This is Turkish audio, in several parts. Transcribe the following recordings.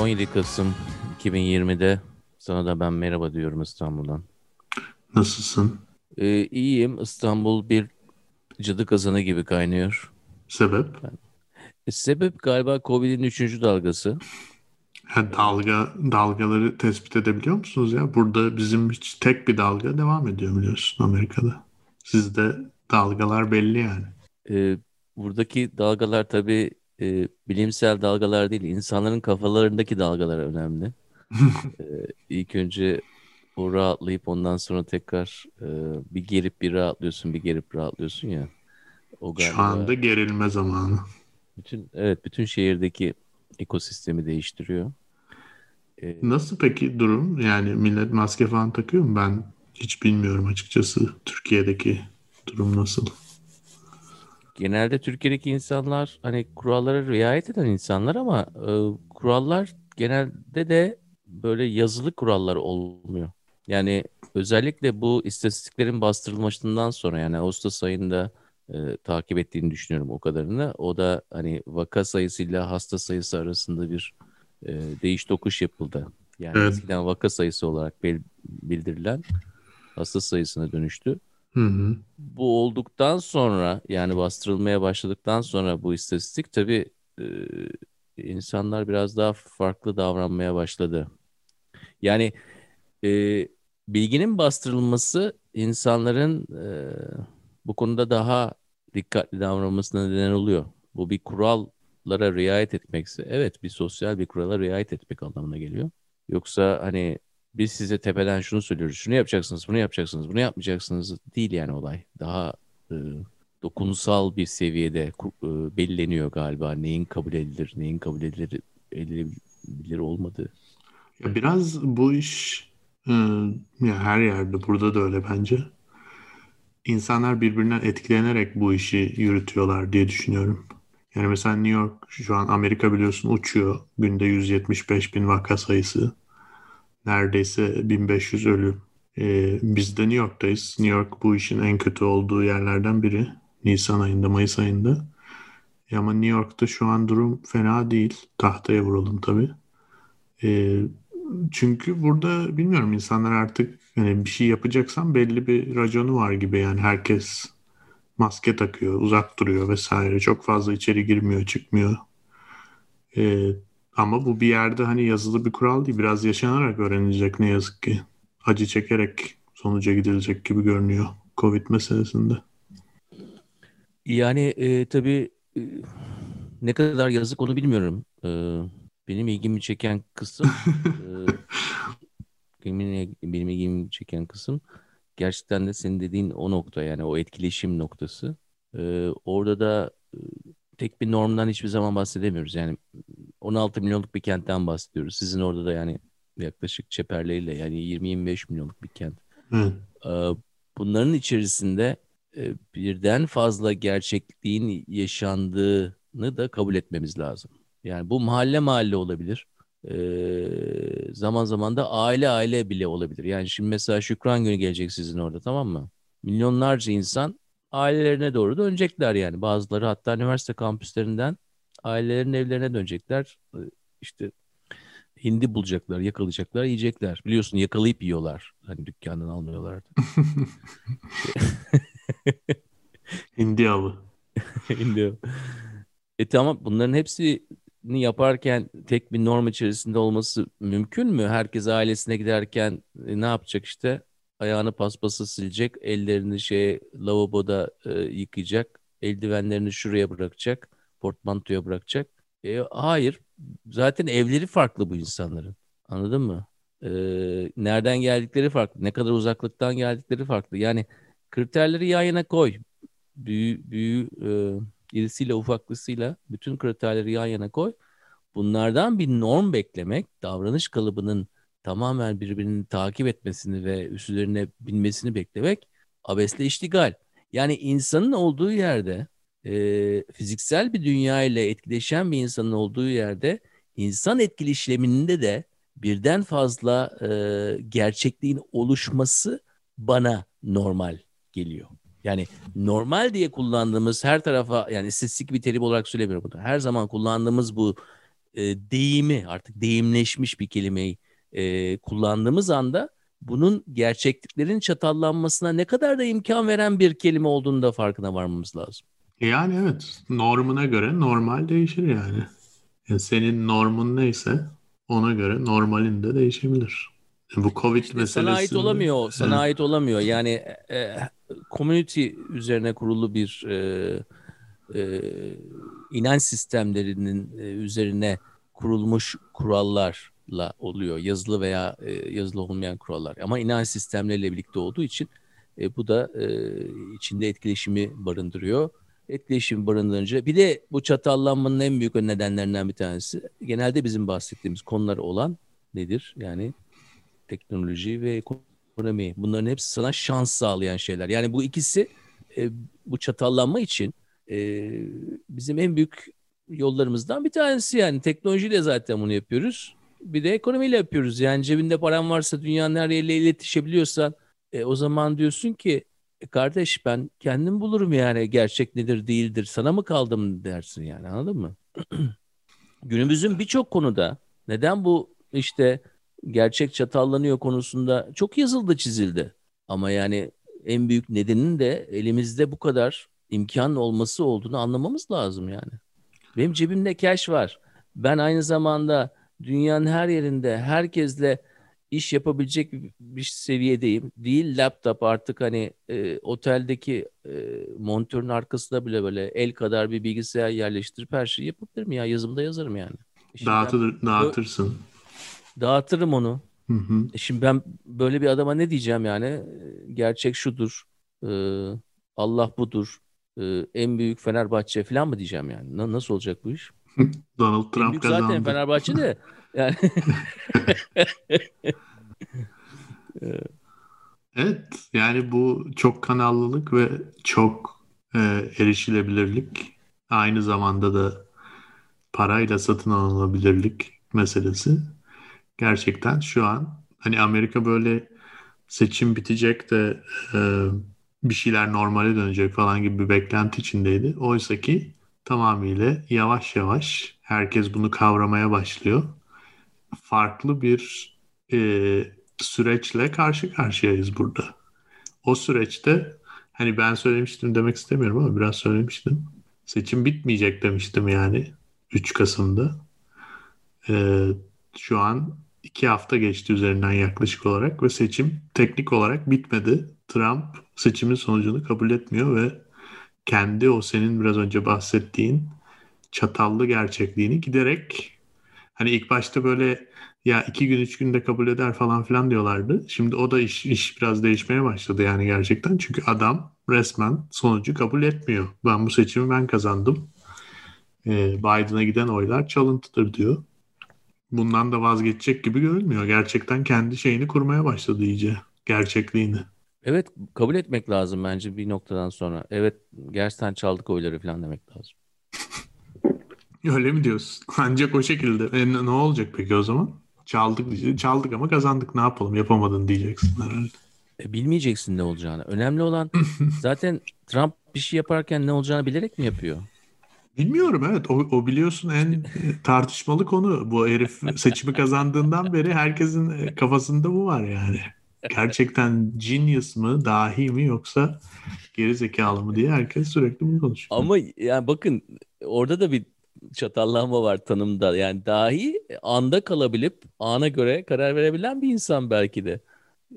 17 Kasım 2020'de sana da ben merhaba diyorum İstanbul'dan. Nasılsın? İyiyim. İstanbul bir cadı kazanı gibi kaynıyor. Sebep? Sebep galiba Covid'in üçüncü dalgası. Ha, Ee, dalgaları tespit edebiliyor musunuz ya? Burada bizim hiç tek bir dalga devam ediyor biliyorsun Amerika'da. Sizde dalgalar belli yani. e, Buradaki dalgalar tabii bilimsel dalgalar değil, insanların kafalarındaki dalgalar önemli. Ee, ilk önce o rahatlayıp ondan sonra tekrar bir gerip bir rahatlıyorsun, bir gerip rahatlıyorsun ya. O Şu anda galiba gerilme zamanı. bütün şehirdeki ekosistemi değiştiriyor. Ee, Nasıl peki durum? Yani millet maske falan takıyor mu? Ben hiç bilmiyorum açıkçası. Türkiye'deki durum nasıl? Genelde Türkiye'deki insanlar hani kurallara riayet eden insanlar ama kurallar genelde de böyle yazılı kurallar olmuyor. Yani özellikle bu istatistiklerin bastırılmasından sonra yani Ağustos ayında takip ettiğini düşünüyorum o kadarını. O da hani vaka sayısıyla hasta sayısı arasında bir değiş tokuş yapıldı. Yani Evet. eskiden vaka sayısı olarak bildirilen hasta sayısına dönüştü. Hı hı. Bu olduktan sonra yani bastırılmaya başladıktan sonra bu istatistik tabii e, insanlar biraz daha farklı davranmaya başladı. Yani e, bilginin bastırılması insanların bu konuda daha dikkatli davranmasına neden oluyor. Bu bir kurallara riayet etmekse evet bir sosyal bir kurala riayet etmek anlamına geliyor. Yoksa hani biz size tepeden şunu söylüyoruz. Şunu yapacaksınız, bunu yapacaksınız, bunu yapmayacaksınız değil yani olay. Daha e, dokunsal bir seviyede belirleniyor galiba neyin kabul edilir, neyin kabul edilebilir olmadığı. Ya biraz bu iş ya her yerde burada da öyle bence. İnsanlar birbirinden etkilenerek bu işi yürütüyorlar diye düşünüyorum. Yani mesela New York şu an Amerika biliyorsun uçuyor. Günde 175 bin vaka sayısı. Neredeyse 1500 ölü. Biz de New York'tayız. New York bu işin en kötü olduğu yerlerden biri. Nisan ayında, Mayıs ayında. Ama New York'ta şu an durum fena değil. Tahtaya vuralım tabii. Ee, Çünkü burada bilmiyorum insanlar artık hani bir şey yapacaksan belli bir raconu var gibi yani herkes maske takıyor, uzak duruyor vesaire. Çok fazla içeri girmiyor, çıkmıyor. Ee, Ama bu bir yerde hani yazılı bir kural değil. Biraz yaşanarak öğrenilecek ne yazık ki. Acı çekerek sonuca gidilecek gibi görünüyor Covid meselesinde. Yani tabii ne kadar yazık onu bilmiyorum. Benim ilgimi çeken kısım benim ilgimi çeken kısım gerçekten de senin dediğin o nokta yani o etkileşim noktası. Orada da tek bir normdan hiçbir zaman bahsedemiyoruz. Yani 16 milyonluk bir kentten bahsediyoruz. Sizin orada da yani yaklaşık çeperleriyle yani 20-25 milyonluk bir kent. Evet. Ee, Bunların içerisinde birden fazla gerçekliğin yaşandığını da kabul etmemiz lazım. Yani bu mahalle mahalle olabilir. Zaman zaman da aile aile bile olabilir. Yani şimdi mesela Şükran Günü gelecek sizin orada, tamam mı? Milyonlarca insan ailelerine doğru dönecekler yani. Bazıları hatta üniversite kampüslerinden ailelerinin evlerine dönecekler. İşte hindi bulacaklar, yakalayacaklar, yiyecekler. Biliyorsun yakalayıp yiyorlar. Hani dükkandan almıyorlardı. Hindi avı. Hindi. Tamam, bunların hepsini yaparken tek bir norm içerisinde olması mümkün mü? Herkes ailesine giderken ne yapacak işte? Ayağını paspası silecek, ellerini lavaboda yıkayacak, eldivenlerini şuraya bırakacak, portmantoya bırakacak. Hayır, zaten evleri farklı bu insanların. Anladın mı? E, Nereden geldikleri farklı, ne kadar uzaklıktan geldikleri farklı. Yani kriterleri yan yana koy. Büyü irisiyle ufaklısıyla bütün kriterleri yan yana koy. Bunlardan bir norm beklemek, davranış kalıbının tamamen birbirini takip etmesini ve üstlerine binmesini beklemek abesle iştigal. Yani insanın olduğu yerde, fiziksel bir dünya ile etkileşen bir insanın olduğu yerde, insan etkileşiminde de birden fazla gerçekliğin oluşması bana normal geliyor. Yani normal diye kullandığımız her tarafa yani istatistik bir terim olarak söylemiyorum bunu. Her zaman kullandığımız bu deyimi, artık deyimleşmiş bir kelimeyi kullandığımız anda bunun gerçekliklerin çatallanmasına ne kadar da imkan veren bir kelime olduğunu da farkına varmamız lazım. Yani evet, normuna göre normal değişir yani. Yani senin normun neyse ona göre normalin de değişebilir. Bu Covid İşte sana ait meselesinde olamıyor, sana evet, ait olamıyor. Yani community üzerine kurulu bir e, inanç sistemlerinin üzerine kurulmuş kurallarla oluyor. Yazılı veya yazılı olmayan kurallar. Ama inanç sistemleriyle birlikte olduğu için bu da içinde etkileşimi barındırıyor. Etkileşimi barındırınca bir de bu çatallanmanın en büyük nedenlerinden bir tanesi genelde bizim bahsettiğimiz konular olan nedir? Yani teknoloji ve ekonomi. Bunların hepsi sana şans sağlayan şeyler. Yani bu ikisi e, bu çatallanma için e, bizim en büyük yollarımızdan bir tanesi yani. Teknolojiyle zaten bunu yapıyoruz. Bir de ekonomiyle yapıyoruz. Yani cebinde paran varsa dünyanın her yeriyle iletişebiliyorsan o zaman diyorsun ki kardeş ben kendim bulurum yani gerçek nedir değildir. Sana mı kaldım dersin yani anladın mı? Günümüzün birçok konuda neden bu işte gerçek çatallanıyor konusunda çok yazıldı çizildi. Ama yani en büyük nedenin de elimizde bu kadar imkan olması olduğunu anlamamız lazım yani. Benim cebimde cash var. Ben aynı zamanda dünyanın her yerinde herkesle iş yapabilecek bir seviyedeyim. Değil laptop artık hani oteldeki monitörün arkasında bile böyle el kadar bir bilgisayar yerleştirip her şeyi yapabilirim ya. Yazımda yazarım yani. Şimdi ben dağıtırsın. dağıtırım onu. Hı hı. Şimdi ben böyle bir adama ne diyeceğim yani? Gerçek şudur. E, Allah budur. En büyük Fenerbahçe falan mı diyeceğim yani? Nasıl olacak bu iş? Donald En Trump büyük zaten kazandı. Fenerbahçe de yani Evet, yani bu çok kanallılık ve çok erişilebilirlik, aynı zamanda da parayla satın alınabilirlik meselesi gerçekten şu an hani Amerika böyle seçim bitecek de e, bir şeyler normale dönecek falan gibi bir beklenti içindeydi. Oysa ki tamamıyla yavaş yavaş herkes bunu kavramaya başlıyor. Farklı bir süreçle karşı karşıyayız burada. O süreçte hani ben söylemiştim demek istemiyorum ama biraz söylemiştim. Seçim bitmeyecek demiştim yani 3 Kasım'da. Ee, Şu an 2 hafta geçti üzerinden yaklaşık olarak ve seçim teknik olarak bitmedi. Trump seçimin sonucunu kabul etmiyor ve kendi o senin biraz önce bahsettiğin çatallı gerçekliğini giderek hani ilk başta böyle ya 2 gün 3 günde kabul eder falan filan diyorlardı. Şimdi o da iş biraz değişmeye başladı yani gerçekten. Çünkü adam resmen sonucu kabul etmiyor. Ben bu seçimi ben kazandım. Biden'a giden oylar çalıntıdır diyor. Bundan da vazgeçecek gibi görünmüyor. Gerçekten kendi şeyini kurmaya başladı iyice. Gerçekliğini. evet kabul etmek lazım bence bir noktadan sonra. Evet gerçekten çaldık oyları falan demek lazım. Öyle mi diyorsun? Ancak o şekilde. Ne olacak peki o zaman? Çaldık diyecek. Çaldık ama kazandık. Ne yapalım? Yapamadın diyeceksin herhalde. Bilmeyeceksin ne olacağını. Önemli olan zaten Trump bir şey yaparken ne olacağını bilerek mi yapıyor? Bilmiyorum, evet. O biliyorsun en İşte tartışmalı konu. Bu herif seçimi kazandığından beri herkesin kafasında bu var yani. Gerçekten genius mı, dahi mi yoksa geri zekalı mı diye herkes sürekli bunu konuşuyor. ama yani bakın orada da bir çatallanma var tanımda. Yani dahi anda kalabilip ana göre karar verebilen bir insan belki de.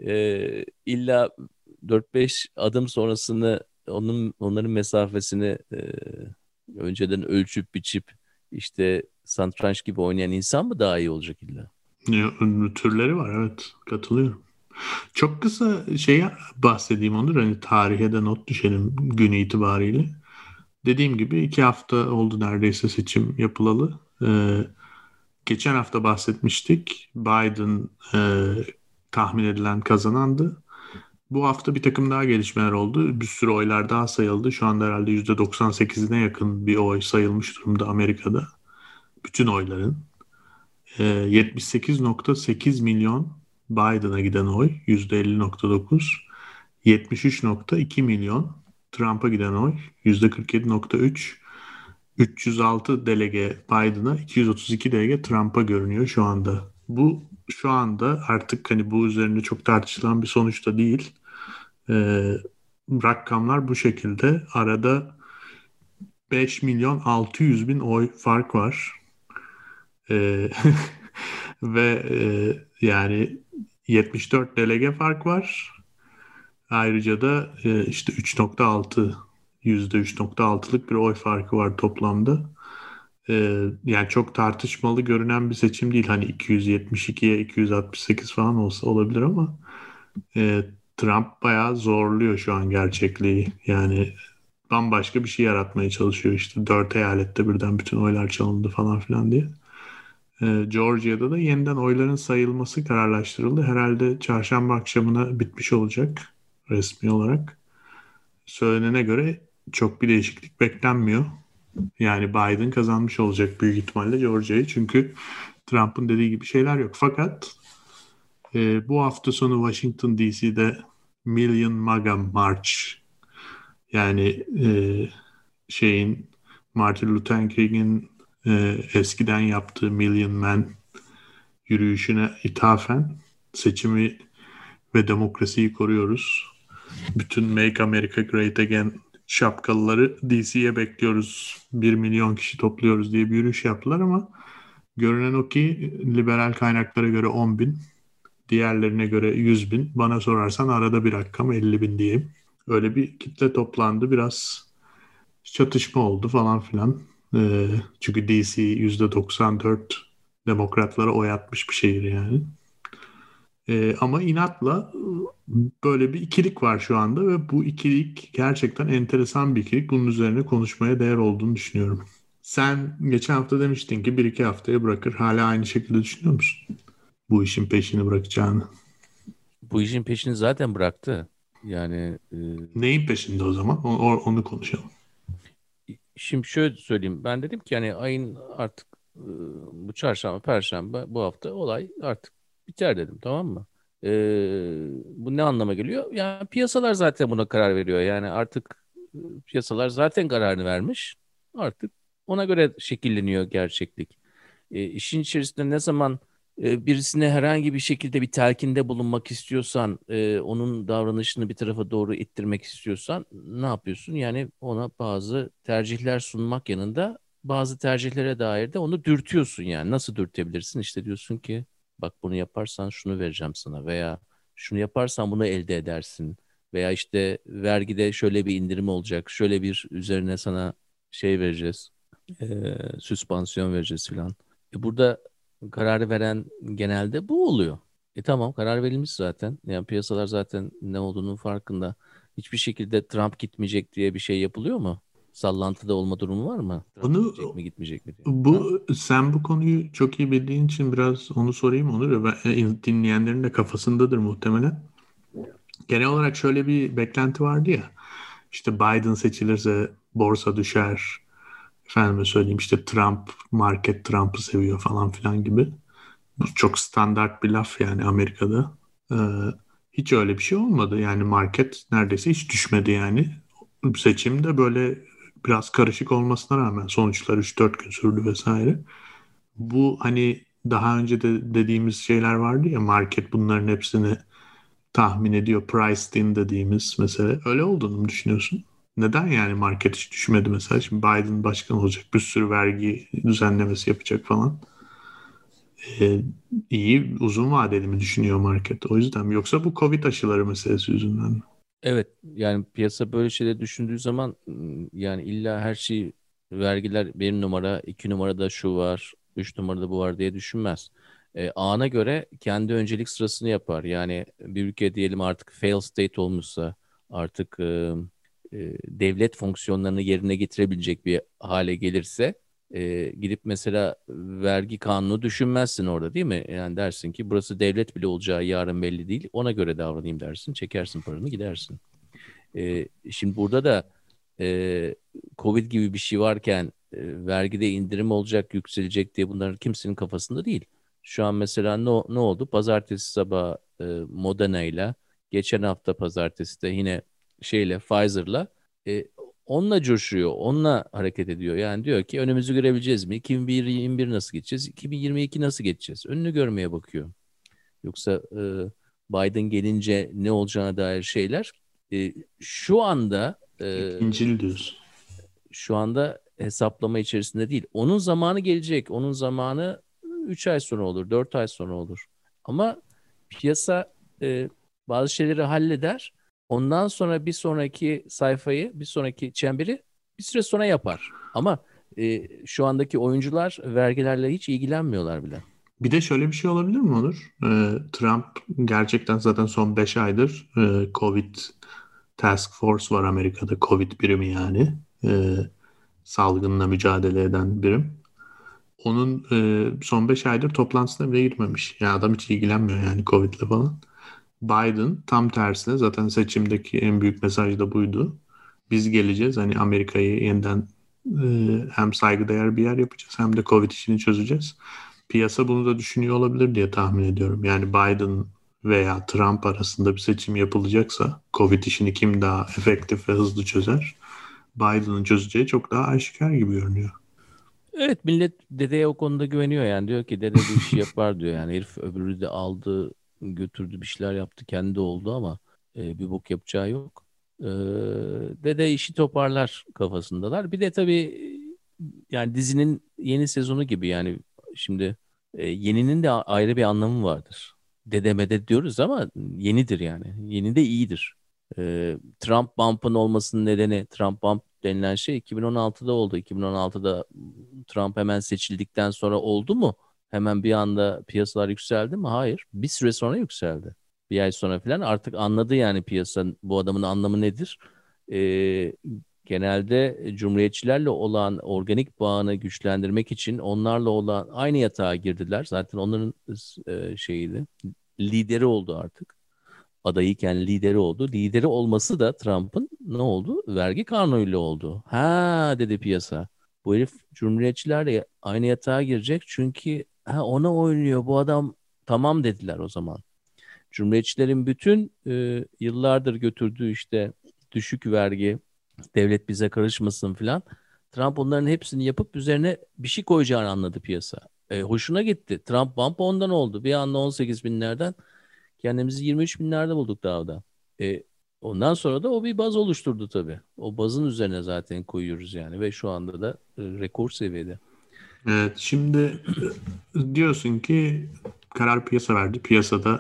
İlla 4-5 adım sonrasını onların mesafesini önceden ölçüp biçip işte satranç gibi oynayan insan mı daha iyi olacak illa? Türleri var, evet, katılıyorum. Çok kısa bahsedeyim Onur. Hani tarihe de not düşelim gün itibariyle. Dediğim gibi 2 hafta oldu neredeyse seçim yapılalı. Geçen hafta bahsetmiştik. Biden tahmin edilen kazanandı. Bu hafta bir takım daha gelişmeler oldu. Bir sürü oylar daha sayıldı. Şu anda herhalde %98'ine yakın bir oy sayılmış durumda Amerika'da. Bütün oyların. 78,8 milyon Biden'a giden oy, %50,9. 73,2 milyon Trump'a giden oy, %47,3. 306 delege Biden'a, 232 delege Trump'a görünüyor şu anda. Bu şu anda artık hani bu üzerinde çok tartışılan bir sonuç da değil. Ee, Rakamlar bu şekilde. Arada 5 milyon 600 bin oy fark var. Ee, ve yani 74 delege fark var. Ayrıca da işte 3,6 %3,6'lık bir oy farkı var toplamda. Yani çok tartışmalı görünen bir seçim değil. Hani 272'ye 268 falan olsa olabilir ama e, Trump bayağı zorluyor şu an gerçekliği. Yani bambaşka bir şey yaratmaya çalışıyor işte. Dört eyalette birden bütün oylar çalındı falan filan diye. Georgia'da da yeniden oyların sayılması kararlaştırıldı. Herhalde çarşamba akşamına bitmiş olacak resmi olarak. Söylenene göre çok bir değişiklik beklenmiyor. Yani Biden kazanmış olacak büyük ihtimalle Georgia'yı. Çünkü Trump'ın dediği gibi şeyler yok. Fakat bu hafta sonu Washington DC'de Million MAGA March, yani şeyin, Martin Luther King'in eskiden yaptığı Million Man yürüyüşüne ithafen seçimi ve demokrasiyi koruyoruz. Bütün Make America Great Again şapkalıları DC'ye bekliyoruz. 1 milyon kişi topluyoruz diye bir yürüyüş yaptılar ama görünen o ki liberal kaynaklara göre 10 bin, diğerlerine göre 100 bin. Bana sorarsan arada bir rakam 50 bin diyeyim. Öyle bir kitle toplandı. Biraz çatışma oldu falan filan. Çünkü DC %94 demokratlara oy atmış bir şehir yani. Ama inatla böyle bir ikilik var şu anda ve bu ikilik gerçekten enteresan bir ikilik. Bunun üzerine konuşmaya değer olduğunu düşünüyorum. Sen geçen hafta demiştin ki bir iki haftaya bırakır. Hala aynı şekilde düşünüyor musun? Bu işin peşini bırakacağını. Bu işin peşini zaten bıraktı. Yani Neyin peşinde o zaman? Onu konuşalım. şimdi şöyle söyleyeyim. Ben dedim ki yani ayın artık bu çarşamba, perşembe bu hafta olay artık biter dedim, tamam mı? E, Bu ne anlama geliyor? Yani piyasalar zaten buna karar veriyor. Yani artık piyasalar zaten kararını vermiş. Artık ona göre şekilleniyor gerçeklik. İşin içerisinde ne zaman birisine herhangi bir şekilde bir telkinde bulunmak istiyorsan, onun davranışını bir tarafa doğru ittirmek istiyorsan ne yapıyorsun? Yani ona bazı tercihler sunmak yanında bazı tercihlere dair de onu dürtüyorsun yani. Nasıl dürtebilirsin? İşte diyorsun ki bak bunu yaparsan şunu vereceğim sana veya şunu yaparsan bunu elde edersin veya işte vergide şöyle bir indirim olacak, şöyle bir üzerine sana şey vereceğiz, süspansiyon vereceğiz filan. Burada kararı veren genelde bu oluyor. Tamam, karar verilmiş zaten. Yani piyasalar zaten ne olduğunun farkında. Hiçbir şekilde Trump gitmeyecek diye bir şey yapılıyor mu? Sallantıda olma durumu var mı? Trump Bunu gidecek mi gitmeyecek mi diye. Ha? sen bu konuyu çok iyi bildiğin için biraz onu sorayım, olur ya. Dinleyenlerin de kafasındadır muhtemelen. Genel olarak şöyle bir beklenti vardı ya. İşte Biden seçilirse borsa düşer. Efendime söyleyeyim işte market Trump'ı seviyor falan filan gibi. Bu çok standart bir laf yani Amerika'da. Ee, Hiç öyle bir şey olmadı. Yani market neredeyse hiç düşmedi yani. Seçim de böyle biraz karışık olmasına rağmen sonuçlar 3-4 gün sürdü vesaire. Bu hani daha önce de dediğimiz şeyler vardı ya, market bunların hepsini tahmin ediyor. Priced in dediğimiz mesela. Öyle olduğunu mu düşünüyorsun? Neden yani market hiç düşmedi mesela? Şimdi Biden başkan olacak. Bir sürü vergi düzenlemesi yapacak falan. Ee, iyi uzun vadeli mi düşünüyor market? O yüzden mi? Yoksa bu Covid aşıları meselesi yüzünden mi? Evet, yani piyasa böyle şeyler düşündüğü zaman yani illa her şey vergiler bir numara, iki numarada şu var, üç numarada bu var diye düşünmez. Ana göre kendi öncelik sırasını yapar. Yani bir ülke diyelim artık fail state olmuşsa artık devlet fonksiyonlarını yerine getirebilecek bir hale gelirse gidip mesela vergi kanunu düşünmezsin orada, değil mi? Yani dersin ki burası devlet bile olacağı yarın belli değil. Ona göre davranayım dersin. Çekersin paranı gidersin. Şimdi burada da e, Covid gibi bir şey varken vergide indirim olacak, yükselecek diye bunların kimsenin kafasında değil. Şu an mesela ne oldu? Pazartesi sabah Moderna ile geçen hafta pazartesi de yine Pfizer'la e, onunla coşuyor, onunla hareket ediyor. Yani diyor ki önümüzü görebileceğiz mi? 2021 nasıl geçeceğiz? 2022 nasıl geçeceğiz? Önünü görmeye bakıyor. Yoksa Biden gelince ne olacağına dair şeyler e, şu anda İkincil diyorsun. şu anda hesaplama içerisinde değil. Onun zamanı gelecek. Onun zamanı 3 ay sonra olur, 4 ay sonra olur. Ama piyasa bazı şeyleri halleder. Ondan sonra bir sonraki sayfayı, bir sonraki çemberi bir süre sonra yapar. Ama şu andaki oyuncular vergilerle hiç ilgilenmiyorlar bile. Bir de şöyle bir şey olabilir mi Onur? Trump gerçekten zaten son 5 aydır Covid Task Force var Amerika'da. Covid birimi yani. Salgınla mücadele eden birim. Onun son 5 aydır toplantısına bile girmemiş. Yani adam hiç ilgilenmiyor yani Covid'le falan. Biden tam tersine zaten seçimdeki en büyük mesaj da buydu. Biz geleceğiz hani Amerika'yı yeniden hem saygıdeğer bir yer yapacağız hem de Covid işini çözeceğiz. Piyasa bunu da düşünüyor olabilir diye tahmin ediyorum. Yani Biden veya Trump arasında bir seçim yapılacaksa Covid işini kim daha efektif ve hızlı çözer? Biden'ın çözeceği çok daha aşikar gibi görünüyor. Evet, millet dedeye o konuda güveniyor yani. Diyor ki dede bu işi yapar diyor yani. Herif öbürü de aldı, götürdü, bir şeyler yaptı, kendi oldu ama bir bok yapacağı yok. E, Dede işi toparlar kafasındalar. Bir de tabii yani dizinin yeni sezonu gibi yani şimdi yeninin de ayrı bir anlamı vardır. Dede mede diyoruz ama yenidir yani. Yeni de iyidir. Trump bump'ın olmasının nedeni, Trump bump denilen şey 2016'da oldu. 2016'da Trump hemen seçildikten sonra oldu mu? Hemen bir anda piyasalar yükseldi mi? Hayır. Bir süre sonra yükseldi. Bir ay sonra falan artık anladı yani piyasa bu adamın anlamı nedir? Ee, Genelde cumhuriyetçilerle olan organik bağını güçlendirmek için onlarla olan aynı yatağa girdiler. Zaten onların şeyiydi. Lideri oldu artık. Adayıyken lideri oldu. Lideri olması da Trump'ın ne oldu? Vergi kanunuyla oldu. Ha dedi piyasa. Bu herif cumhuriyetçilerle aynı yatağa girecek. Çünkü ha, ona oynuyor bu adam. Tamam dediler o zaman. Cumhuriyetçilerin bütün yıllardır götürdüğü işte düşük vergi, devlet bize karışmasın filan. Trump onların hepsini yapıp üzerine bir şey koyacağını anladı piyasa. Hoşuna gitti. Trump bump ondan oldu. Bir anda 18 binlerden kendimizi 23 binlerde bulduk dağda. E, Ondan sonra da o bir baz oluşturdu tabii. O bazın üzerine zaten koyuyoruz yani ve şu anda da rekor seviyede. Evet, şimdi diyorsun ki karar piyasa verdi. Piyasada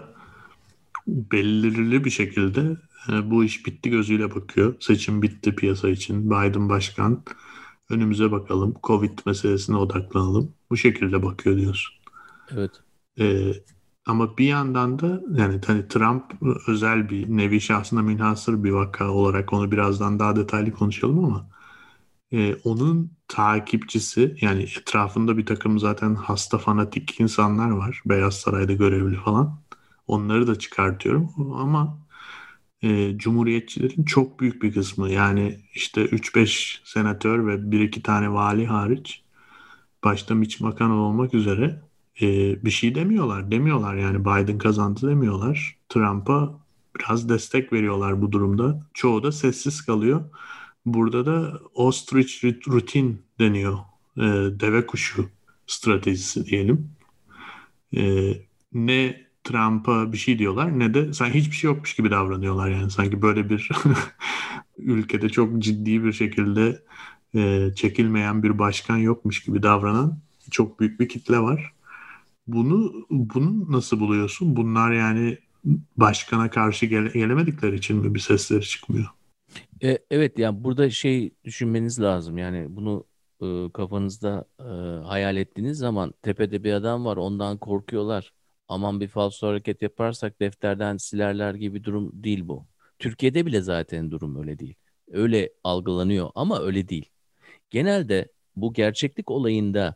belirli bir şekilde bu iş bitti gözüyle bakıyor. Seçim bitti piyasa için. Biden başkan. Önümüze bakalım. Covid meselesine odaklanalım. Bu şekilde bakıyor diyorsun. Evet. E, Ama bir yandan da yani hani Trump özel bir nevi şahsına münhasır bir vaka olarak onu birazdan daha detaylı konuşalım ama onun takipçisi yani etrafında bir takım zaten hasta fanatik insanlar var. Beyaz Saray'da görevli falan. Onları da çıkartıyorum ama Cumhuriyetçilerin çok büyük bir kısmı yani işte 3-5 senatör ve bir iki tane vali hariç başta Mitch McConnell olmak üzere bir şey demiyorlar yani Biden kazandı demiyorlar. Trump'a biraz destek veriyorlar bu durumda. Çoğu da sessiz kalıyor. Burada da ostrich routine deniyor. E, Deve kuşu stratejisi diyelim. E, Ne Trump'a bir şey diyorlar ne de sanki hiçbir şey yokmuş gibi davranıyorlar yani. Sanki böyle bir ülkede çok ciddi bir şekilde çekilmeyen bir başkan yokmuş gibi davranan çok büyük bir kitle var. Bunu nasıl buluyorsun? Bunlar yani başkana karşı gelemedikleri için mi bir sesleri çıkmıyor? Evet yani burada şey düşünmeniz lazım yani bunu kafanızda hayal ettiğiniz zaman tepede bir adam var ondan korkuyorlar. Aman bir falso hareket yaparsak defterden silerler gibi durum değil bu. Türkiye'de bile zaten durum öyle değil. Öyle algılanıyor ama öyle değil. Genelde bu gerçeklik olayında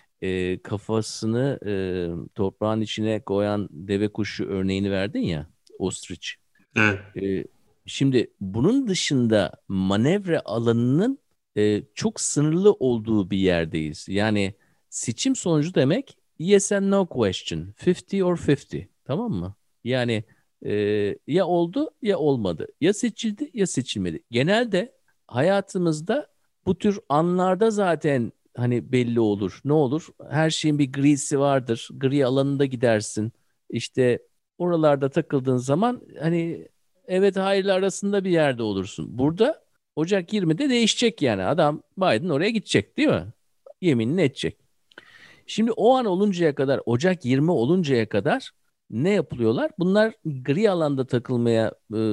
kafasını toprağın içine koyan deve kuşu örneğini verdin ya, ostrich. Evet. E, Şimdi bunun dışında manevra alanının çok sınırlı olduğu bir yerdeyiz. Yani seçim sonucu demek yes and no question. 50 or 50. Tamam mı? Yani ya oldu ya olmadı. Ya seçildi ya seçilmedi. Genelde hayatımızda bu tür anlarda zaten hani belli olur. Ne olur? Her şeyin bir grisi vardır. Gri alanında gidersin. İşte oralarda takıldığın zaman hani evet hayırlı arasında bir yerde olursun. Burada Ocak 20'de değişecek yani. Adam Biden oraya gidecek değil mi? Yeminini edecek. Şimdi o an oluncaya kadar Ocak 20 oluncaya kadar ne yapılıyorlar? Bunlar gri alanda takılmaya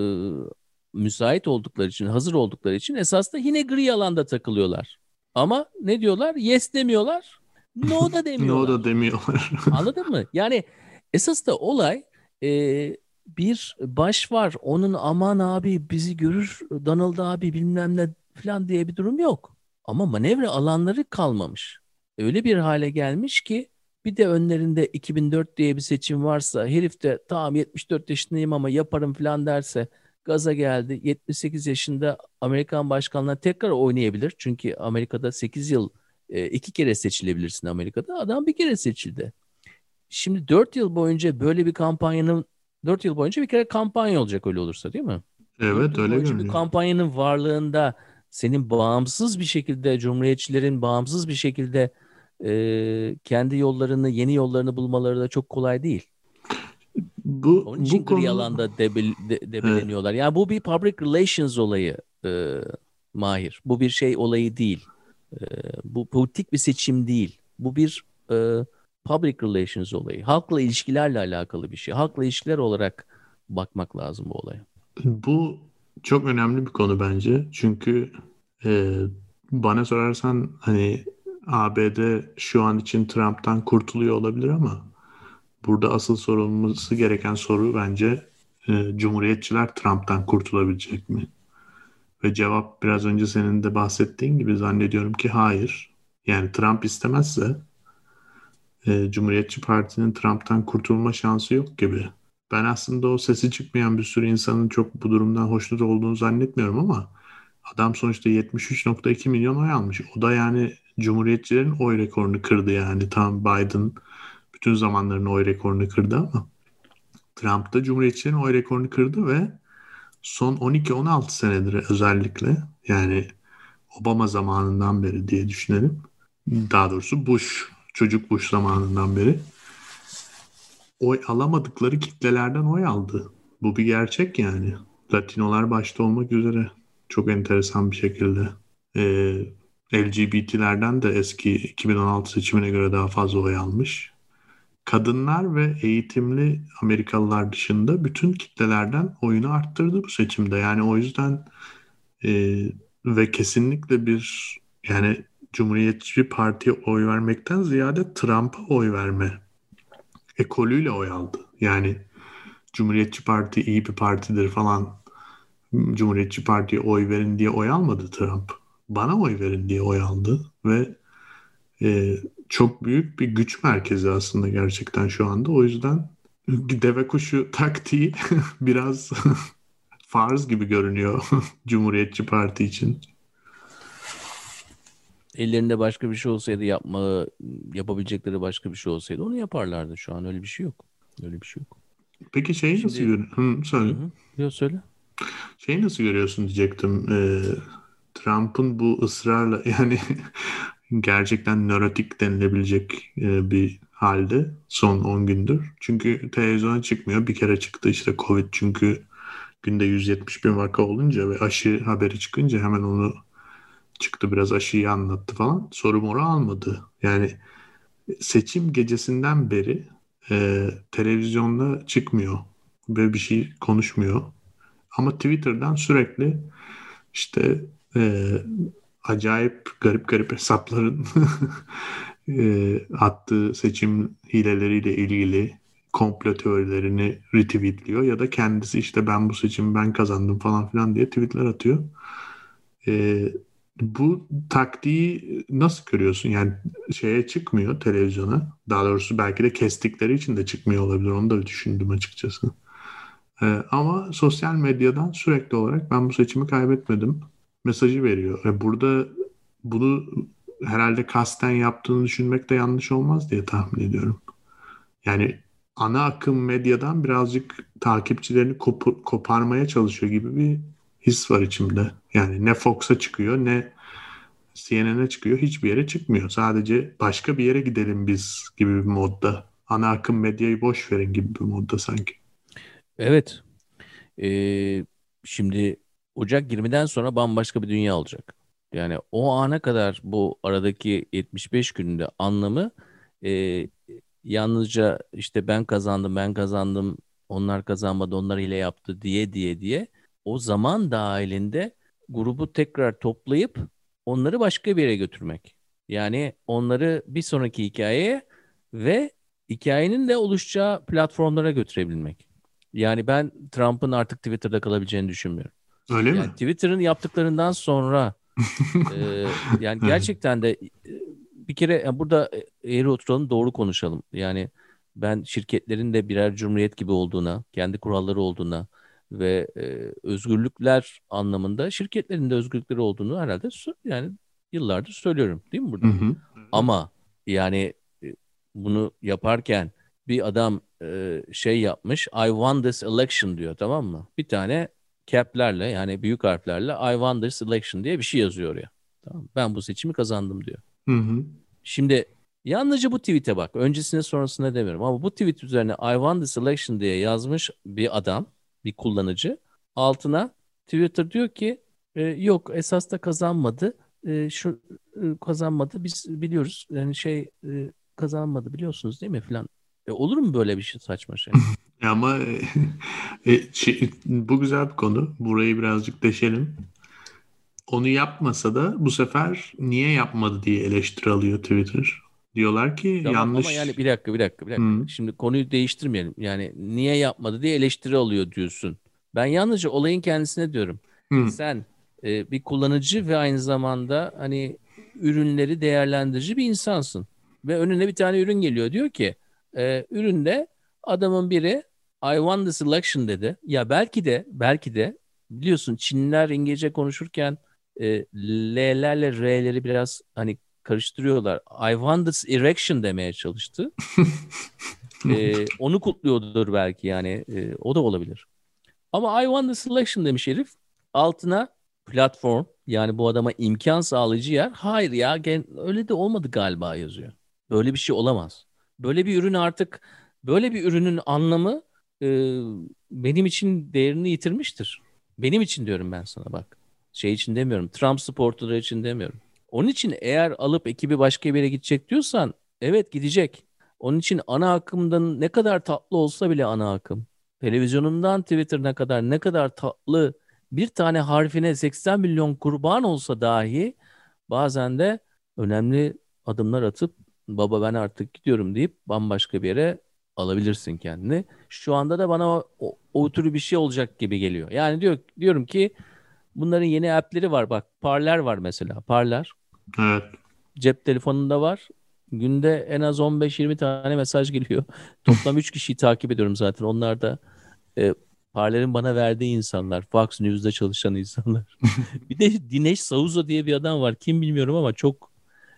müsait oldukları için, hazır oldukları için esas da yine gri alanda takılıyorlar. Ama ne diyorlar? Yes demiyorlar, no da No da demiyorlar. demiyorlar. Anladın mı? Yani esas da olay bir baş var. Onun aman abi bizi görür Donald abi bilmem ne falan diye bir durum yok. Ama manevra alanları kalmamış. Öyle bir hale gelmiş ki bir de önlerinde 2004 diye bir seçim varsa herif de tamam 74 yaşındayım ama yaparım falan derse gaza geldi. 78 yaşında Amerikan başkanlığına tekrar oynayabilir. Çünkü Amerika'da 8 yıl 2 kere seçilebilirsin Amerika'da. Adam bir kere seçildi. Şimdi 4 yıl boyunca böyle bir kampanyanın 4 yıl boyunca bir kere kampanya olacak öyle olursa değil mi? 4 Evet, yıl öyle boyunca bir görünüyor. kampanyanın varlığında senin bağımsız bir şekilde Cumhuriyetçilerin bağımsız bir şekilde kendi yollarını yeni yollarını bulmaları da çok kolay değil. Bu Onun bu için gri konu alanda evet, debeleniyorlar. Yani bu bir public relations olayı Mahir. Bu bir şey olayı değil. E, Bu politik bir seçim değil. Bu bir public relations olayı. Halkla ilişkilerle alakalı bir şey. Halkla ilişkiler olarak bakmak lazım bu olaya. bu çok önemli bir konu bence. Çünkü e, bana sorarsan hani ABD şu an için Trump'tan kurtuluyor olabilir ama burada asıl sorulması gereken soru bence Cumhuriyetçiler Trump'tan kurtulabilecek mi? Ve cevap biraz önce senin de bahsettiğin gibi zannediyorum ki hayır. Yani Trump istemezse Cumhuriyetçi Parti'nin Trump'tan kurtulma şansı yok gibi. Ben aslında o sesi çıkmayan bir sürü insanın çok bu durumdan hoşnut olduğunu zannetmiyorum ama adam sonuçta 73,2 milyon oy almış. O da yani Cumhuriyetçilerin oy rekorunu kırdı yani. Tam Biden bütün zamanların oy rekorunu kırdı ama Trump da Cumhuriyetçilerin oy rekorunu kırdı ve son 12-16 senedir özellikle yani Obama zamanından beri diye düşünelim. Daha doğrusu çocuk Bush zamanından beri oy alamadıkları kitlelerden oy aldı. Bu bir gerçek yani. Latinolar başta olmak üzere çok enteresan bir şekilde. LGBT'lerden de eski 2016 seçimine göre daha fazla oy almış. Kadınlar ve eğitimli Amerikalılar dışında bütün kitlelerden oyunu arttırdı bu seçimde. Yani o yüzden e, ve kesinlikle bir yani Cumhuriyetçi Parti'ye oy vermekten ziyade Trump'a oy verme ekolüyle oy aldı. Yani Cumhuriyetçi Parti iyi bir partidir falan. Cumhuriyetçi Parti'ye oy verin diye oy almadı Trump. Bana oy verin diye oy aldı ve e, çok büyük bir güç merkezi aslında gerçekten şu anda. O yüzden deve kuşu taktiği biraz farz gibi görünüyor Cumhuriyetçi Parti için. Ellerinde başka bir şey olsaydı yapabilecekleri başka bir şey olsaydı onu yaparlardı. Şu an öyle bir şey yok. Öyle bir şey yok. Peki şeyi nasıl Şimdi görüyorsun? hı Söyle. hı. Yok söyle. Şeyi nasıl görüyorsun diyecektim. Trump'ın bu ısrarla yani gerçekten nörotik denilebilecek bir halde son 10 gündür. Çünkü televizyona çıkmıyor. Bir kere çıktı işte Covid çünkü günde 170 bin vaka olunca ve aşı haberi çıkınca hemen onu çıktı biraz aşıyı anlattı falan. Soru moru almadı. Yani seçim gecesinden beri televizyonda çıkmıyor ve bir şey konuşmuyor. Ama Twitter'dan sürekli işte e, acayip garip garip hesapların attığı seçim hileleriyle ilgili komplo teorilerini retweetliyor ya da kendisi işte ben bu seçimi ben kazandım falan filan diye tweetler atıyor. E, Bu taktiği nasıl görüyorsun? Yani şeye çıkmıyor televizyona. Daha doğrusu belki de kestikleri için de çıkmıyor olabilir. Onu da düşündüm açıkçası. Ama sosyal medyadan sürekli olarak ben bu seçimi kaybetmedim mesajı veriyor. Burada bunu herhalde kasten yaptığını düşünmek de yanlış olmaz diye tahmin ediyorum. Yani ana akım medyadan birazcık takipçilerini koparmaya çalışıyor gibi bir his var içimde. Yani ne Fox'a çıkıyor ne CNN'e çıkıyor. Hiçbir yere çıkmıyor. Sadece başka bir yere gidelim biz gibi bir modda. Ana akım medyayı boş verin gibi bir modda sanki. Evet. Ee, Şimdi Ocak 20'den sonra bambaşka bir dünya olacak. Yani o ana kadar bu aradaki 75 günde anlamı e, yalnızca işte ben kazandım, ben kazandım, onlar kazanmadı, onlar hile yaptı diye o zaman dahilinde grubu tekrar toplayıp onları başka bir yere götürmek. Yani onları bir sonraki hikayeye ve hikayenin de oluşacağı platformlara götürebilmek. Yani ben Trump'ın artık Twitter'da kalabileceğini düşünmüyorum. Öyle mi? Yani Twitter'ın yaptıklarından sonra yani Evet. gerçekten de bir kere burada eğri oturalım doğru konuşalım. Yani ben şirketlerin de birer cumhuriyet gibi olduğuna, kendi kuralları olduğuna ve özgürlükler anlamında şirketlerin de özgürlükleri olduğunu herhalde yani yıllardır söylüyorum değil mi Hı burada? hı. Evet. Ama yani bunu yaparken bir adam şey yapmış, I won this election diyor, tamam mı? Bir tane cap'lerle yani büyük harflerle I won this election diye bir şey yazıyor oraya. Tamam mı? Ben bu seçimi kazandım diyor. Hı hı. Şimdi yalnızca bu tweet'e bak. Öncesine sonrasına demiyorum ama bu tweet üzerine I won this election diye yazmış bir adam, bir kullanıcı. Altına Twitter diyor ki yok esas da kazanmadı. Şu kazanmadı. Biz biliyoruz. Yani kazanmadı biliyorsunuz değil mi filan. Olur mu böyle bir şey, saçma şey? Ama bu güzel bir konu. Burayı birazcık deşelim. Onu yapmasa da bu sefer niye yapmadı diye eleştiri alıyor Twitter. Diyorlar ki Tamam ama yani yanlış. bir dakika. Hı, Şimdi konuyu değiştirmeyelim. Yani niye yapmadı diye eleştiri alıyor diyorsun. Ben yalnızca olayın kendisine diyorum. hı. Sen bir kullanıcı ve aynı zamanda hani ürünleri değerlendirici bir insansın. Ve önüne bir tane ürün geliyor. Diyor ki üründe adamın biri I won this election dedi. Ya belki de biliyorsun Çinliler İngilizce konuşurken L'lerle R'leri biraz hani karıştırıyorlar. I want this erection demeye çalıştı. Onu kutluyordur belki yani. O da olabilir. Ama I want this selection demiş herif. Altına platform yani bu adama imkan sağlayıcı yer. Hayır ya öyle de olmadı galiba yazıyor. Böyle bir şey olamaz. Böyle bir ürün artık böyle bir ürünün anlamı e, benim için değerini yitirmiştir. Benim için diyorum ben sana bak. Şey için demiyorum. Trump supporterları için demiyorum. Onun için eğer alıp ekibi başka bir yere gidecek diyorsan evet gidecek. Onun için ana akımdan ne kadar tatlı olsa bile ana akım. Televizyonundan Twitter'ına kadar ne kadar tatlı bir tane harfine 80 milyon kurban olsa dahi bazen de önemli adımlar atıp baba ben artık gidiyorum deyip bambaşka bir yere alabilirsin kendini. Şu anda da bana o türü bir şey olacak gibi geliyor. Yani diyorum ki bunların yeni app'leri var bak. Parler var mesela. Parler. Evet. Cep telefonunda var. Günde en az 15-20 tane mesaj geliyor. Toplam 3 kişiyi takip ediyorum zaten. Onlar da e, Parler'in bana verdiği insanlar. Fox News'da çalışan insanlar. Bir de Dinesh Sauza diye bir adam var. Kim bilmiyorum ama çok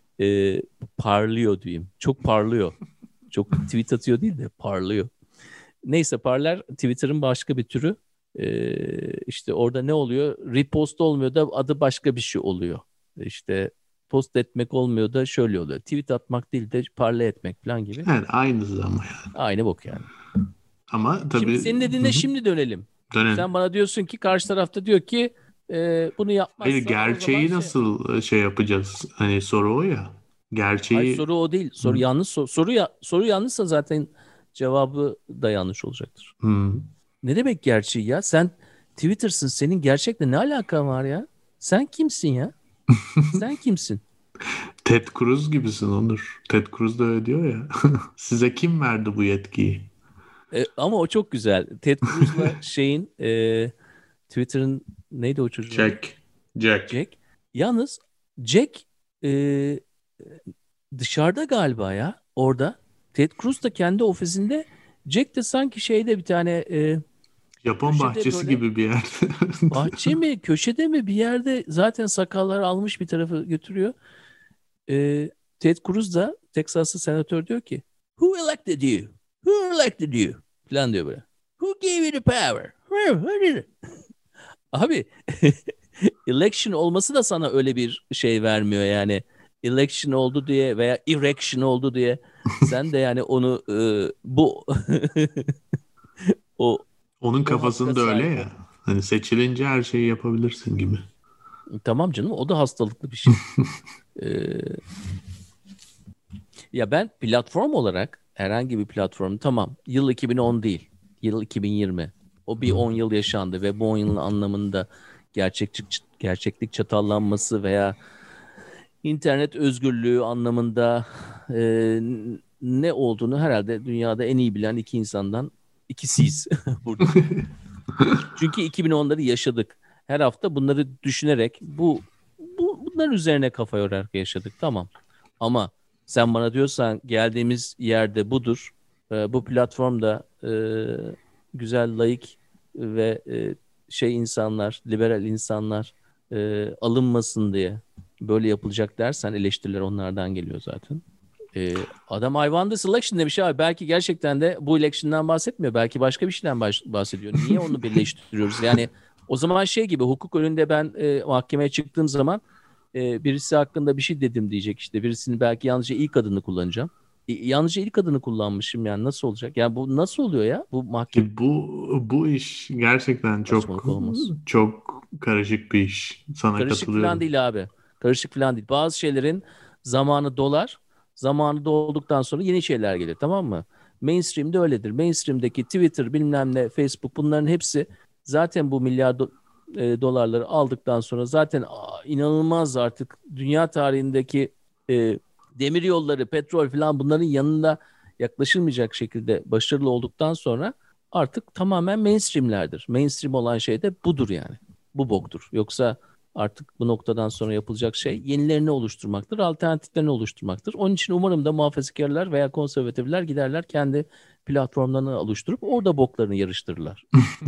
parlıyor diyeyim. Çok parlıyor. Çok tweet atıyor değil de parlıyor. Neyse Parler Twitter'ın başka bir türü. İşte orada ne oluyor? Repost olmuyor da adı başka bir şey oluyor. İşte post etmek olmuyor da şöyle oluyor. Tweet atmak değil de parle etmek falan gibi. Evet, aynı ama yani. Aynı bok yani. Ama Şimdi tabii senin hı dediğine hı, şimdi dönelim. dönelim. Sen bana diyorsun ki karşı tarafta diyor ki bunu Hayır, yapmazsa o zaman gerçeği şey. nasıl şey yapacağız? Hani soru o ya. Hayır Gerçeği soru o değil. Soru hı, yanlış soru yanlışsa zaten cevabı da yanlış olacaktır. hı. Ne demek gerçeği ya? Sen Twitter'sın. Senin gerçekle ne alakan var ya? Sen kimsin ya? Sen kimsin? Ted Cruz gibisin Onur. Ted Cruz da öyle diyor ya. Size kim verdi bu yetkiyi? Ama o çok güzel. Ted Cruz'la Twitter'ın neydi o çocuğun adı? Jack. Jack. Yalnız Jack e, dışarıda galiba ya orada. Ted Cruz da kendi ofisinde. Jack de sanki şeyde bir tane Japon köşede bahçesi böyle gibi bir yer. bahçe mi köşede mi bir yerde zaten sakalları almış bir tarafı götürüyor. Ted Cruz da Teksaslı senatör diyor ki Who elected you? Who elected you? Falan diyor böyle. Who gave you the power? Who did it? Abi election olması da sana öyle bir şey vermiyor yani. Election oldu diye veya erection oldu diye sen de yani onu bu o Onun o hakka kafasında öyle sahip ol. ya. Hani seçilince her şeyi yapabilirsin gibi. Tamam canım, o da hastalıklı bir şey. E, Ya ben platform olarak herhangi bir platform, tamam, yıl 2010 değil, yıl 2020. O bir 10 yıl yaşandı ve bu 10 yılın anlamında gerçeklik çatallanması veya internet özgürlüğü anlamında ne olduğunu herhalde dünyada en iyi bilen iki insandan ikisiyiz burada. Çünkü 2010'ları yaşadık. Her hafta bunları düşünerek bunların üzerine kafa yorarak yaşadık. Tamam. Ama sen bana diyorsan geldiğimiz yerde budur. Bu platformda güzel, laik ve şey insanlar, liberal insanlar alınmasın diye böyle yapılacak dersen, eleştiriler onlardan geliyor zaten. Adam I won the selection demiş abi. Belki gerçekten de bu election'dan bahsetmiyor. Belki başka bir şeyden bahsediyor. Niye onu birleştiriyoruz? Yani o zaman şey gibi, hukuk önünde ben mahkemeye çıktığım zaman birisi hakkında bir şey dedim diyecek işte. Birisini belki yalnızca ilk adını kullanacağım. Yalnızca ilk adını kullanmışım, yani nasıl olacak? Yani bu nasıl oluyor ya? Bu mahkeme Bu iş gerçekten çok saçmalık olmaz. çok karışık bir iş. Sana Karışık falan katılıyorum. değil abi. Karışık falan değil. Bazı şeylerin zamanı dolar. Zamanı dolduktan sonra yeni şeyler gelir, tamam mı? Mainstream'de öyledir. Mainstream'deki Twitter, bilmem ne, Facebook, bunların hepsi zaten bu milyar dolarları aldıktan sonra zaten inanılmaz, artık dünya tarihindeki demir yolları, petrol falan, bunların yanında yaklaşılmayacak şekilde başarılı olduktan sonra artık tamamen mainstream'lerdir. Mainstream olan şey de budur yani. Bu boktur. Yoksa artık bu noktadan sonra yapılacak şey yenilerini oluşturmaktır, alternatiflerini oluşturmaktır. Onun için umarım da muhafazakarlar veya konservatifler giderler kendi platformlarını oluşturup orada boklarını yarıştırırlar.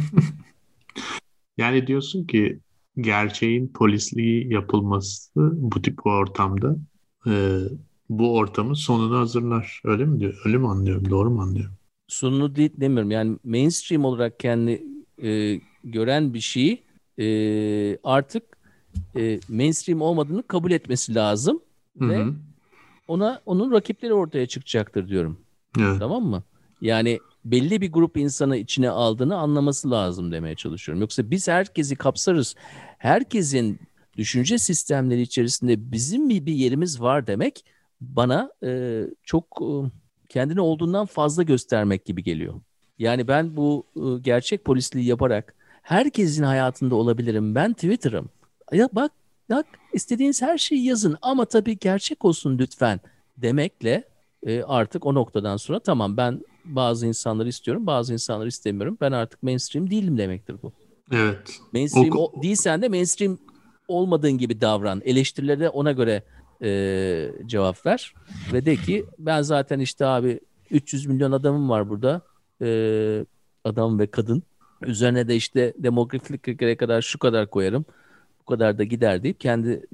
Yani diyorsun ki gerçeğin polisliği yapılması bu tip bir ortamda e, bu ortamın sonunu hazırlar. Öyle mi diyor? Öyle mi anlıyorum? Doğru mu anlıyorum? Sununu değil demiyorum. Yani mainstream olarak kendi gören bir şeyi artık mainstream olmadığını kabul etmesi lazım Hı ve hı. onun rakipleri ortaya çıkacaktır diyorum. Evet. Tamam mı? Yani belli bir grup insanı içine aldığını anlaması lazım demeye çalışıyorum. Yoksa biz herkesi kapsarız. Herkesin düşünce sistemleri içerisinde bizim bir yerimiz var demek bana çok kendini olduğundan fazla göstermek gibi geliyor. Yani ben bu gerçek polisliği yaparak herkesin hayatında olabilirim. Ben Twitter'ım. Ya bak, bak, istediğiniz her şeyi yazın ama tabii gerçek olsun lütfen demekle artık o noktadan sonra tamam, ben bazı insanları istiyorum, bazı insanları istemiyorum. Ben artık mainstream değilim demektir bu. Evet. O, Mainstream değilsen de mainstream olmadığın gibi davran. Eleştirilere de ona göre cevap ver. Ve de ki ben zaten işte abi 300 milyon adamım var burada. Adam ve kadın. Üzerine de işte demografik kritere kadar şu kadar koyarım. Bu kadar da gider deyip kendi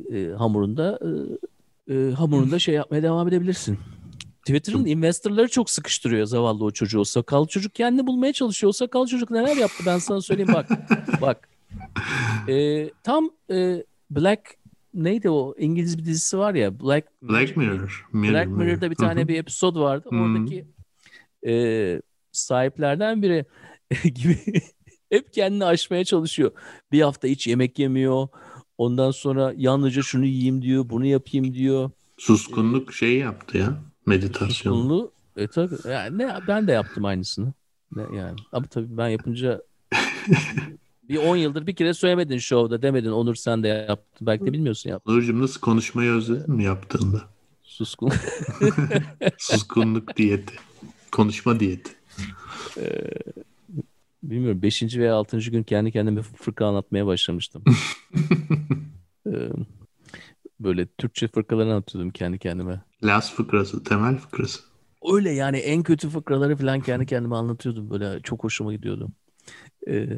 hamurunda şey yapmaya devam edebilirsin. Twitter'ın investorları çok sıkıştırıyor zavallı o çocuğu. O sakallı çocuk kendini bulmaya çalışıyor. O sakallı çocuk neler yaptı ben sana söyleyeyim, bak. Bak. Tam Black, neydi o İngiliz bir dizisi var ya, Black Black Magic miydi? Mirror. Mirror, Black Mirror. Mirror'da bir Hı hı. tane bir episod vardı. Hı. Oradaki sahiplerden biri gibi hep kendini aşmaya çalışıyor. Bir hafta hiç yemek yemiyor. Ondan sonra yalnızca şunu yiyeyim diyor, bunu yapayım diyor. E, Suskunluk şey yaptı ya. Meditasyon. Suskunluğu tabii yani ben de yaptım aynısını. Yani ama tabii ben yapınca bir 10 yıldır bir kere söylemedin şovda, demedin Onur sen de yaptın. Belki de bilmiyorsun yap. Nurcum nasıl konuşmayı özledin mi yaptığında? Suskun. Suskunluk diyeti. Konuşma diyeti. Bilmiyorum, beşinci veya altıncı gün kendi kendime fırka anlatmaya başlamıştım. Ee, Böyle Türkçe fırkaları anlatıyordum kendi kendime. Las fıkrası, temel fıkrası. Öyle yani, en kötü fıkraları falan kendi kendime anlatıyordum. Böyle çok hoşuma gidiyordu. Ee,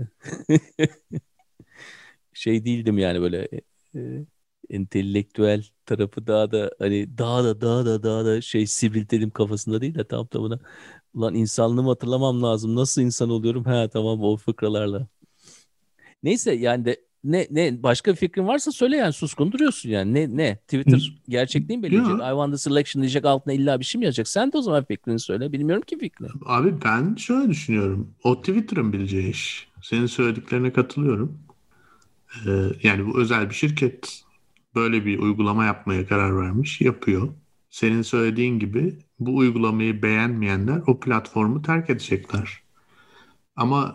Şey değildim yani, böyle e, entelektüel tarafı daha da şey sivriltelim kafasında değil de tam tamına. Ulan insanlığımı hatırlamam lazım. Nasıl insan oluyorum? Ha tamam, o fıkralarla. Neyse yani de ne başka bir fikrin varsa söyle yani, suskun duruyorsun yani. Ne Twitter gerçekliği mi belirleyecek? I Ya want the selection diyecek, altına illa bir şey mi yazacak? Sen de o zaman fikrini söyle. Bilmiyorum ki fikrini. abi ben şöyle düşünüyorum. O Twitter'ın bileceği iş. Senin söylediklerine katılıyorum. Yani bu özel bir şirket böyle bir uygulama yapmaya karar vermiş, yapıyor. Senin söylediğin gibi bu uygulamayı beğenmeyenler o platformu terk edecekler. Ama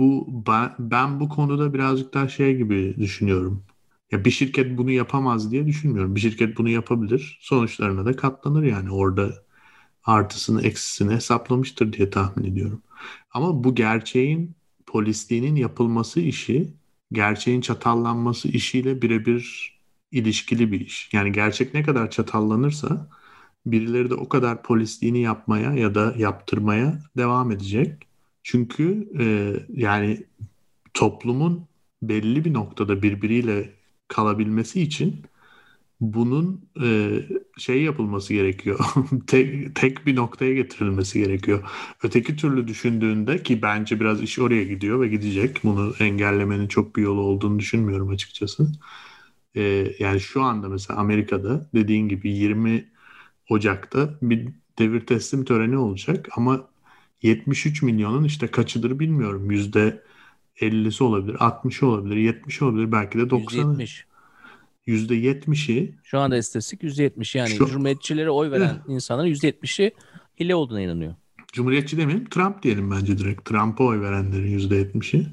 ben bu konuda birazcık daha şey gibi düşünüyorum. Ya bir şirket bunu yapamaz diye düşünmüyorum. Bir şirket bunu yapabilir. Sonuçlarına da katlanır yani. Orada artısını eksisini hesaplamıştır diye tahmin ediyorum. Ama bu gerçeğin polisliğinin yapılması işi, gerçeğin çatallanması işiyle birebir ilişkili bir iş. Yani gerçek ne kadar çatallanırsa birileri de o kadar polisliğini yapmaya ya da yaptırmaya devam edecek. Çünkü yani toplumun belli bir noktada birbiriyle kalabilmesi için bunun şey yapılması gerekiyor. Tek bir noktaya getirilmesi gerekiyor. Öteki türlü düşündüğünde ki bence biraz iş oraya gidiyor ve gidecek. Bunu engellemenin çok bir yolu olduğunu düşünmüyorum açıkçası. Yani şu anda mesela Amerika'da dediğin gibi 20 Ocak'ta bir devir teslim töreni olacak ama 73 milyonun işte kaçıdır bilmiyorum. %50'si olabilir, 60'ı olabilir, 70'i olabilir, belki de 90'ı. %70. %70'i Şu anda istatistik %70. Yani şu Cumhuriyetçilere oy eh, veren insanların %70'i hile olduğuna inanıyor. Cumhuriyetçi demeyelim, Trump diyelim bence direkt. Trump'a oy verenlerin %70'i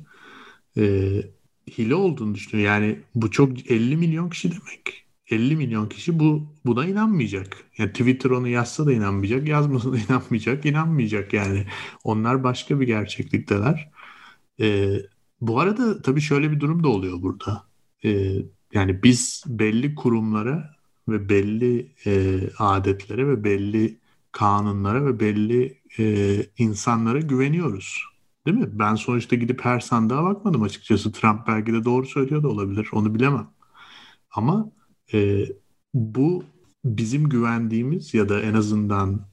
hile olduğunu düşünüyor. Yani bu çok 50 milyon kişi demek. 50 milyon kişi buna inanmayacak. Yani Twitter onu yazsa da inanmayacak, yazmasa da inanmayacak, inanmayacak yani. Onlar başka bir gerçeklikteler. Ee, Bu arada tabii şöyle bir durum da oluyor burada. Ee, Yani biz belli kurumlara ve belli adetlere ve belli kanunlara ve belli insanlara güveniyoruz. Değil mi? Ben sonuçta gidip her sandığa bakmadım açıkçası. Trump belki de doğru söylüyor da olabilir. Onu bilemem. Ama e, bu bizim güvendiğimiz ya da en azından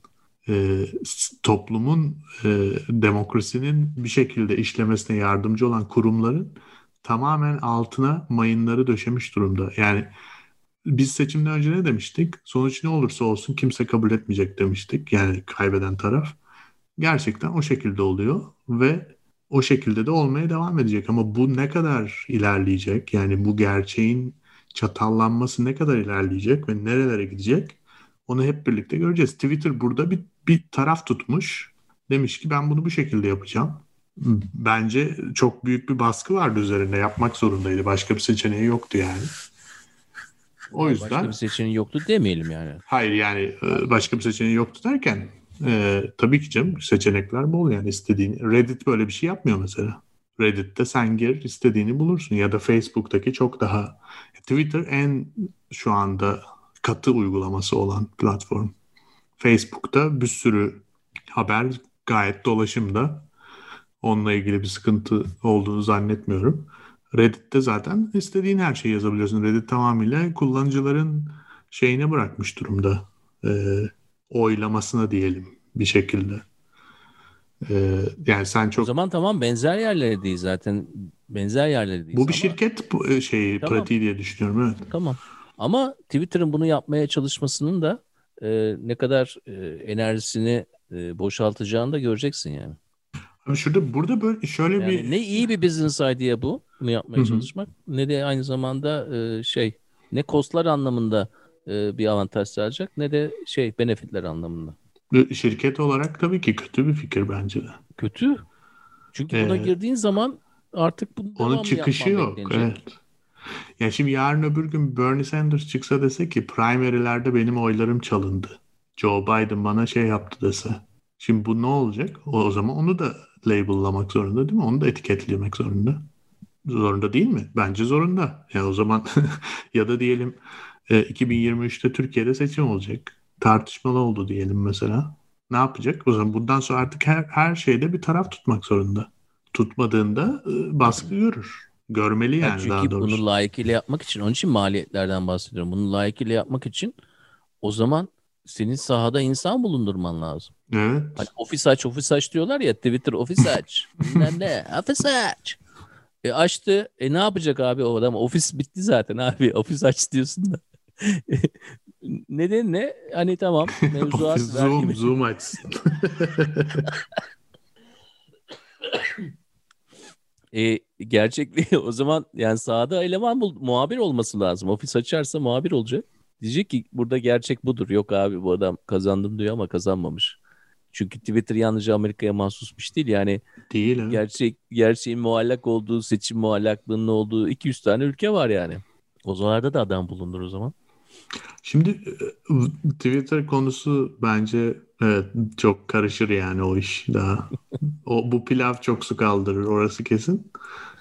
toplumun demokrasinin bir şekilde işlemesine yardımcı olan kurumların tamamen altına mayınları döşemiş durumda. Yani biz seçimden önce ne demiştik? Sonuç ne olursa olsun kimse kabul etmeyecek demiştik. Yani kaybeden taraf. Gerçekten o şekilde oluyor ve o şekilde de olmaya devam edecek. Ama bu ne kadar ilerleyecek? Yani bu gerçeğin çatallanması ne kadar ilerleyecek ve nerelere gidecek? Onu hep birlikte göreceğiz. Twitter burada bir taraf tutmuş. Demiş ki ben bunu bu şekilde yapacağım. Bence çok büyük bir baskı vardı üzerinde. Yapmak zorundaydı. Başka bir seçeneği yoktu yani. O Yani başka bir yüzden seçeneği yoktu demeyelim yani. hayır yani başka bir seçeneği yoktu derken tabii ki canım seçenekler bol yani istediğini. Reddit böyle bir şey yapmıyor mesela. Reddit'te sen gir istediğini bulursun ya da Facebook'taki çok daha Twitter en şu anda katı uygulaması olan platform. Facebook'ta bir sürü haber gayet dolaşımda. Onunla ilgili bir sıkıntı olduğunu zannetmiyorum. Reddit'te zaten istediğin her şeyi yazabiliyorsun. Reddit tamamıyla kullanıcıların şeyine bırakmış durumda. Oylamasına diyelim bir şekilde. Yani sen O çok zaman tamam, benzer yerlerdeyiz zaten. Benzer yerlerdeyiz bu bir ama şirket şeyi tamam, pratiği diye düşünüyorum. Evet. tamam. Ama Twitter'ın bunu yapmaya çalışmasının da ne kadar enerjisini boşaltacağını da göreceksin yani. Abi burada böyle şöyle Yani ne bir iyi bir business idea bu, bunu hı yapmaya hı. çalışmak, ne de aynı zamanda ne costlar anlamında bir avantaj sağlayacak, ne de benefitler anlamında. Şirket olarak tabii ki kötü bir fikir bence de. Kötü. Çünkü buna Ee, girdiğin zaman artık bunu Onun devamlı çıkışı yapman yok. Evet. beklenecek. Ya şimdi yarın öbür gün Bernie Sanders çıksa dese ki primary'lerde benim oylarım çalındı. Joe Biden bana şey yaptı dese. Şimdi bu ne olacak? O zaman onu da label'lamak zorunda değil mi? Onu da etiketlemek zorunda. Zorunda değil mi? Bence zorunda. Ya o zaman ya da diyelim 2023'te Türkiye'de seçim olacak. Tartışmalı oldu diyelim mesela. Ne yapacak? O zaman bundan sonra artık her şeyde bir taraf tutmak zorunda. Tutmadığında baskı görür. Görmeli Ya yani daha çünkü bunu doğrusu. layıkıyla yapmak için, onun için maliyetlerden bahsediyorum. Bunu layıkıyla yapmak için o zaman senin sahada insan bulundurman lazım. Hani Evet. ofis aç, ofis aç diyorlar ya, Twitter ofis aç. Bilmem ne, ofis aç. Açtı. Ne yapacak abi o adam? Ofis bitti zaten abi. Ofis aç diyorsun da. Neden ne? Hani tamam, Ofis mevzuat Zoom, vergi. Zoom açsın. Gerçekliği o zaman yani sahada eleman muhabir olması lazım. Ofis açarsa muhabir olacak. Diyecek ki burada gerçek budur. Yok abi, bu adam kazandım diyor ama kazanmamış. Çünkü Twitter yalnızca Amerika'ya mahsusmuş değil. Yani Değil, evet. gerçeğin muallak olduğu, seçim muallaklığının olduğu 200 tane ülke var yani. O zamanlarda da adam bulunur o zaman. Şimdi Twitter konusu bence evet, çok karışır yani o iş daha. Bu pilav çok su kaldırır, orası kesin.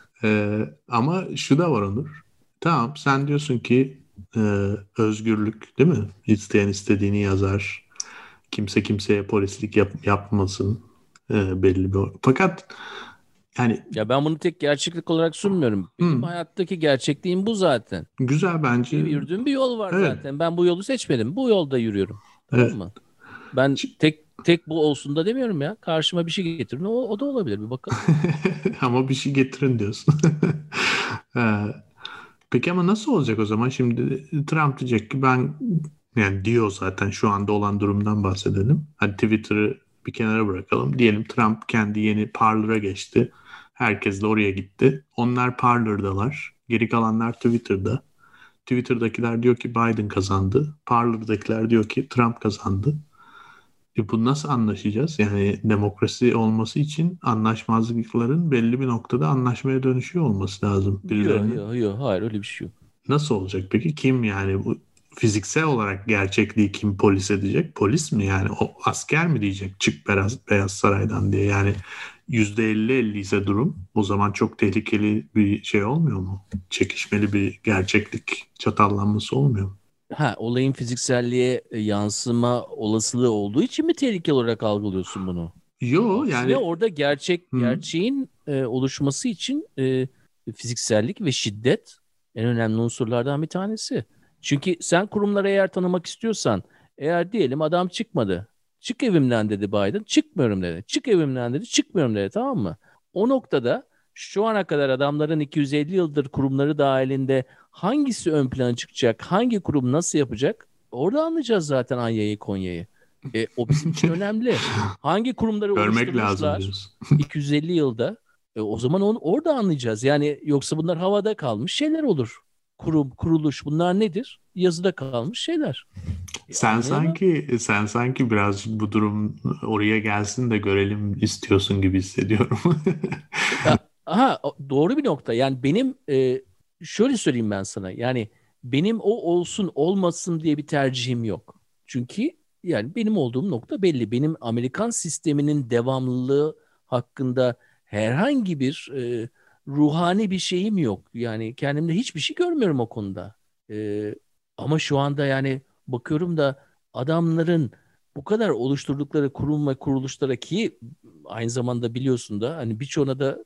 Ama şu da var Onur. Tamam, sen diyorsun ki e, özgürlük değil mi? İsteyen istediğini yazar. Kimse kimseye polislik yapmasın. Belli bir. Fakat yani Ya ben bunu tek gerçeklik olarak sunmuyorum. Benim hı, hayattaki gerçekliğim bu zaten. güzel bence. Benim yürüdüğüm bir yol var Evet, zaten. Ben bu yolu seçmedim. Bu yolda yürüyorum. Tamam evet. mı? Ben tek bu olsun da demiyorum ya. Karşıma bir şey getirin. O da olabilir. Bir bakalım. Ama bir şey getirin diyorsun. Ee, Peki ama nasıl olacak o zaman? Şimdi Trump diyecek ki ben, yani diyor zaten, şu anda olan durumdan bahsedelim. Hadi Twitter'ı bir kenara bırakalım. Diyelim Trump kendi yeni Parler'a geçti. Herkes de oraya gitti. Onlar Parler'dalar. Geri kalanlar Twitter'da. Twitter'dakiler diyor ki Biden kazandı. Parler'dakiler diyor ki Trump kazandı. Bu nasıl anlaşacağız? Yani demokrasi olması için anlaşmazlıkların belli bir noktada anlaşmaya dönüşüyor olması lazım Yok birilerinin. yok yok. Hayır, öyle bir şey yok. Nasıl olacak peki? Kim yani bu fiziksel olarak gerçekliği kim polis edecek? Polis mi yani? O asker mi diyecek çık Beyaz Saray'dan diye? Yani %50-50 ise durum, o zaman çok tehlikeli bir şey olmuyor mu? Çekişmeli bir gerçeklik çatallanması olmuyor mu? Olayın fizikselliğe yansıma olasılığı olduğu için mi tehlikeli olarak algılıyorsun bunu? Yo Aksine yani, orada hı, gerçeğin oluşması için fiziksellik ve şiddet en önemli unsurlardan bir tanesi. Çünkü sen kurumları eğer tanımak istiyorsan, eğer diyelim adam çıkmadı. Çık evimden dedi Biden. Çıkmıyorum dedi. Çık evimden dedi. Çıkmıyorum dedi, tamam mı? O noktada şu ana kadar adamların 250 yıldır kurumları dahilinde hangisi ön plana çıkacak, hangi kurum nasıl yapacak? Orada anlayacağız zaten Anya'yı Konya'yı. O bizim için önemli. Hangi kurumları görmek lazım oluşturmuşlar diyorsun. 250 yılda? O zaman onu orada anlayacağız. Yani yoksa bunlar havada kalmış şeyler olur. Kurum, kuruluş, bunlar nedir? Yazıda kalmış şeyler. Sen Anlayamam. sanki sen sanki birazcık bu durum oraya gelsin de görelim istiyorsun gibi hissediyorum. Doğru bir nokta. Yani benim şöyle söyleyeyim ben sana. Yani benim o olsun olmasın diye bir tercihim yok. Çünkü yani benim olduğum nokta belli. Benim Amerikan sisteminin devamlılığı hakkında herhangi bir ruhani bir şeyim yok. Yani kendimde hiçbir şey görmüyorum o konuda. E, Ama şu anda yani bakıyorum da adamların bu kadar oluşturdukları kurum ve kuruluşlara, ki aynı zamanda biliyorsun da hani birçoğuna da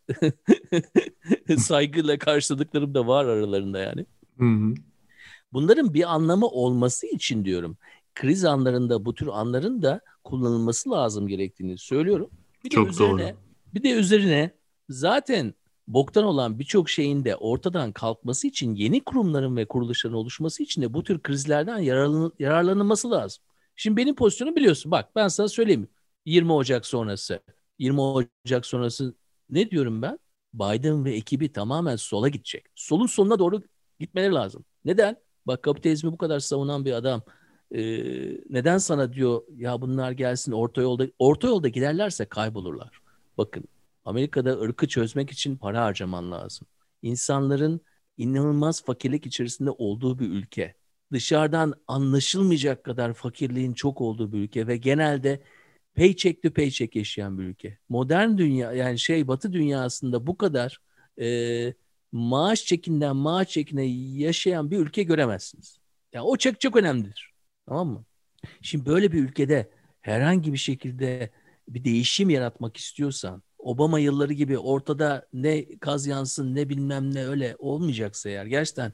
saygıyla karşıladıklarım da var aralarında yani. Hı hı. Bunların bir anlamı olması için diyorum. Kriz anlarında bu tür anların da kullanılması lazım gerektiğini söylüyorum. Bir de Çok doğru. üzerine bir de üzerine zaten boktan olan birçok şeyin de ortadan kalkması için yeni kurumların ve kuruluşların oluşması için de bu tür krizlerden yararlanılması lazım. Şimdi benim pozisyonu biliyorsun. Bak ben sana söyleyeyim. 20 Ocak sonrası. 20 Ocak sonrası ne diyorum ben? Biden ve ekibi tamamen sola gidecek. Solun sonuna doğru gitmeleri lazım. Neden? Bak, kapitalizmi bu kadar savunan bir adam neden sana diyor ya bunlar gelsin orta yolda giderlerse kaybolurlar. Bakın, Amerika'da ırkı çözmek için para harcaman lazım. İnsanların inanılmaz fakirlik içerisinde olduğu bir ülke. Dışarıdan anlaşılmayacak kadar fakirliğin çok olduğu bir ülke ve genelde paycheck to paycheck yaşayan bir ülke. Modern dünya yani Batı dünyasında bu kadar e, maaş çekinden maaş çekine yaşayan bir ülke göremezsiniz. Ya o çok önemlidir. Tamam mı? Şimdi böyle bir ülkede herhangi bir şekilde bir değişim yaratmak istiyorsan, Obama yılları gibi ortada ne kaz yansın ne bilmem ne öyle olmayacaksa, eğer gerçekten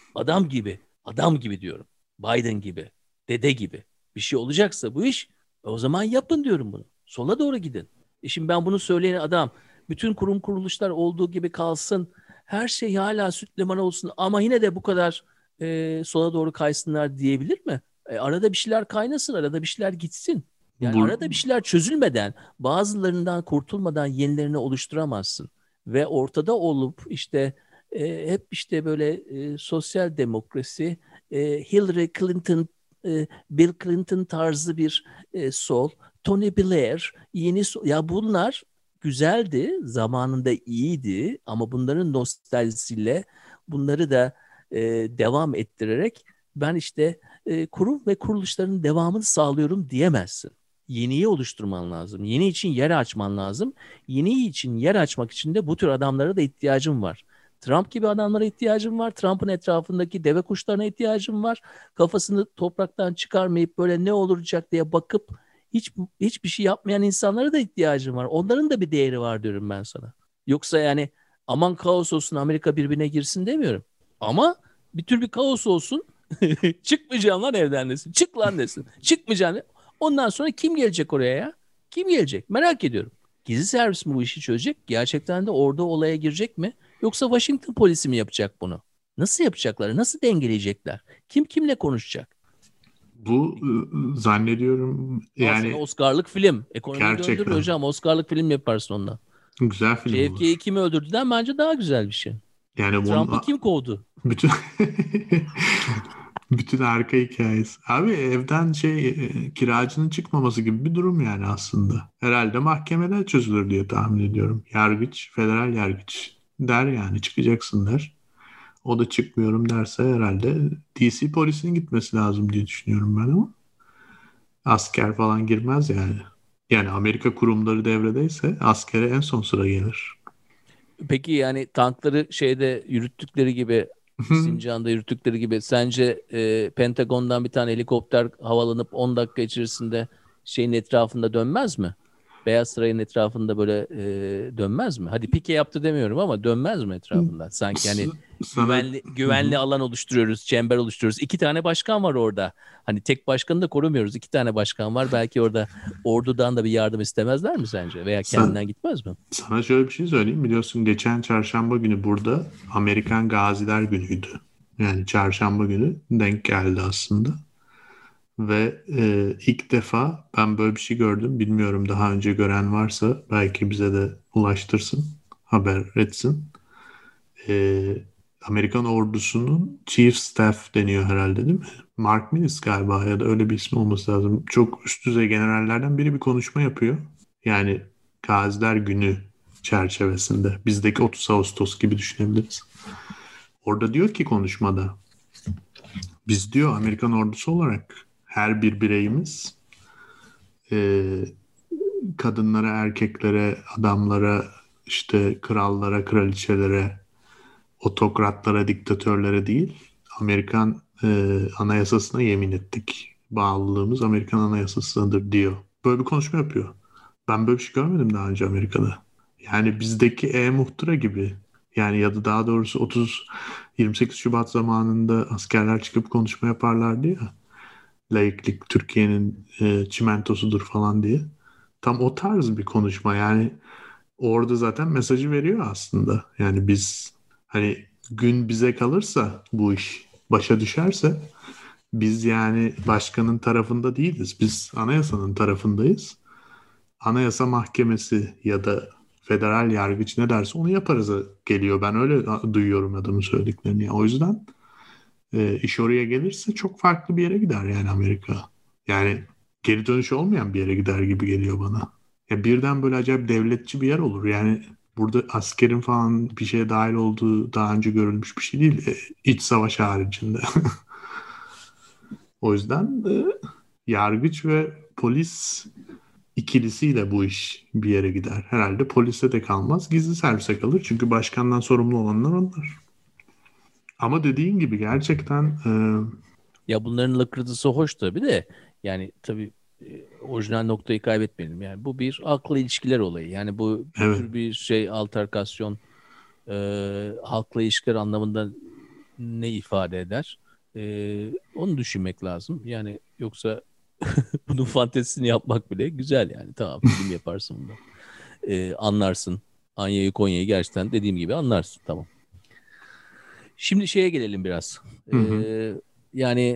adam gibi diyorum. Biden gibi, dede gibi bir şey olacaksa bu iş, o zaman yapın diyorum bunu. Sola doğru gidin. Şimdi ben bunu söyleyen adam bütün kurum kuruluşlar olduğu gibi kalsın, her şey hala süt liman olsun ama yine de bu kadar sola doğru kaysınlar diyebilir mi? Arada bir şeyler kaynasın, arada bir şeyler gitsin. Yani Bu, arada bir şeyler çözülmeden, bazılarından kurtulmadan yenilerini oluşturamazsın. Ve ortada olup işte hep işte böyle sosyal demokrasi, Hillary Clinton, Bill Clinton tarzı bir sol, Tony Blair, yeni sol, ya bunlar güzeldi, zamanında iyiydi ama bunların nostaljisiyle bunları da devam ettirerek ben işte kurum ve kuruluşların devamını sağlıyorum diyemezsin. Yeniyi oluşturman lazım. Yeni için yer açman lazım. Yeni için yer açmak için de bu tür adamlara da ihtiyacım var. Trump gibi adamlara ihtiyacım var. Trump'ın etrafındaki deve kuşlarına ihtiyacım var. Kafasını topraktan çıkarmayıp böyle ne olacak diye bakıp hiçbir şey yapmayan insanlara da ihtiyacım var. Onların da bir değeri var diyorum ben sana. Yoksa yani aman kaos olsun Amerika birbirine girsin demiyorum. Ama bir tür bir kaos olsun. Çıkmayacağım lan evden desin. Çık lan desin. Çıkmayacağım. Ondan sonra kim gelecek oraya ya? Kim gelecek? Merak ediyorum. Gizli servis mi bu işi çözecek? Gerçekten de orada olaya girecek mi? Yoksa Washington polisi mi yapacak bunu? Nasıl yapacaklar? Nasıl dengeleyecekler? Kim kimle konuşacak? bu zannediyorum Al sana yani Oscar'lık film. Ekonomiyi döndürür gerçekten hocam. Oscar'lık film yaparsın ondan. güzel film JFK'yi olur. kim öldürdüden bence daha güzel bir şey. Yani Trump'ı bunun kim kovdu? bütün bütün arka hikayesi. Abi evden kiracının çıkmaması gibi bir durum yani aslında. Herhalde mahkemede çözülür diye tahmin ediyorum. Yargıç, federal yargıç der yani çıkacaksın der. O da çıkmıyorum derse herhalde DC polisinin gitmesi lazım diye düşünüyorum ben ama asker falan girmez yani. Yani Amerika kurumları devredeyse askere en son sıra gelir. Peki yani tankları şeyde yürüttükleri gibi, Sincan'da yürüttükleri gibi sence Pentagon'dan bir tane helikopter havalanıp 10 dakika içerisinde şeyin etrafında dönmez mi? Beyaz Saray'ın etrafında böyle dönmez mi? Hadi pike yaptı demiyorum ama dönmez mi etrafında? Sanki S- hani Sana güvenli alan oluşturuyoruz, çember oluşturuyoruz. İki tane başkan var orada. Hani tek başkanı da korumuyoruz. İki tane başkan var. Belki orada ordudan da bir yardım istemezler mi sence? Veya Sa- kendinden gitmez mi? Sana şöyle bir şey söyleyeyim. Biliyorsun geçen çarşamba günü burada Amerikan Gaziler Günü'ydü. Yani çarşamba günü denk geldi aslında. Ve ilk defa ben böyle bir şey gördüm. Bilmiyorum daha önce gören varsa belki bize de ulaştırsın, haber etsin. E, Amerikan ordusunun Chief Staff deniyor herhalde değil mi? Mark Mills galiba ya da öyle bir ismi olması lazım. Çok üst düzey generallerden biri bir konuşma yapıyor. Yani Gaziler Günü çerçevesinde. Bizdeki 30 Ağustos gibi düşünebiliriz. Orada diyor ki konuşmada biz diyor Amerikan ordusu olarak her bir bireyimiz e, kadınlara, erkeklere, adamlara, işte krallara, kraliçelere, otokratlara, diktatörlere değil, Amerikan anayasasına yemin ettik. Bağlılığımız Amerikan anayasasıdır diyor. Böyle bir konuşma yapıyor. Ben böyle bir şey görmedim daha önce Amerika'da. Yani bizdeki muhtıra gibi. Yani ya da daha doğrusu 28 Şubat zamanında askerler çıkıp konuşma yaparlardı ya. Laiklik Türkiye'nin çimentosudur falan diye. Tam o tarz bir konuşma. Yani orada zaten mesajı veriyor aslında. Yani biz hani gün bize kalırsa bu iş başa düşerse biz yani başkanın tarafında değiliz. Biz anayasanın tarafındayız. Anayasa Mahkemesi ya da federal yargıç ne derse onu yaparız geliyor. Ben öyle duyuyorum adamın söylediklerini. Yani o yüzden iş oraya gelirse çok farklı bir yere gider yani Amerika. Yani geri dönüş olmayan bir yere gider gibi geliyor bana. Ya birden böyle acayip devletçi bir yer olur. Yani burada askerin falan bir şeye dahil olduğu daha önce görülmüş bir şey değil. İç savaş haricinde. O yüzden yargıç ve polis ikilisiyle bu iş bir yere gider. Herhalde polise de kalmaz, gizli servise kalır. Çünkü başkandan sorumlu olanlar onlar. Ama dediğin gibi gerçekten Ya bunların lakırdısı hoş tabii de yani tabii orijinal noktayı kaybetmeyelim. Yani bu bir akla ilişkiler olayı. Yani bu evet. tür bir şey alterkasyon halkla ilişkiler anlamında ne ifade eder? Onu düşünmek lazım. Yani yoksa bunun fantezisini yapmak bile güzel yani. Tamam film yaparsın bundan. Anlarsın. Anya'yı Konya'yı gerçekten dediğim gibi anlarsın. Tamam. Şimdi şeye gelelim biraz. Hı hı. Yani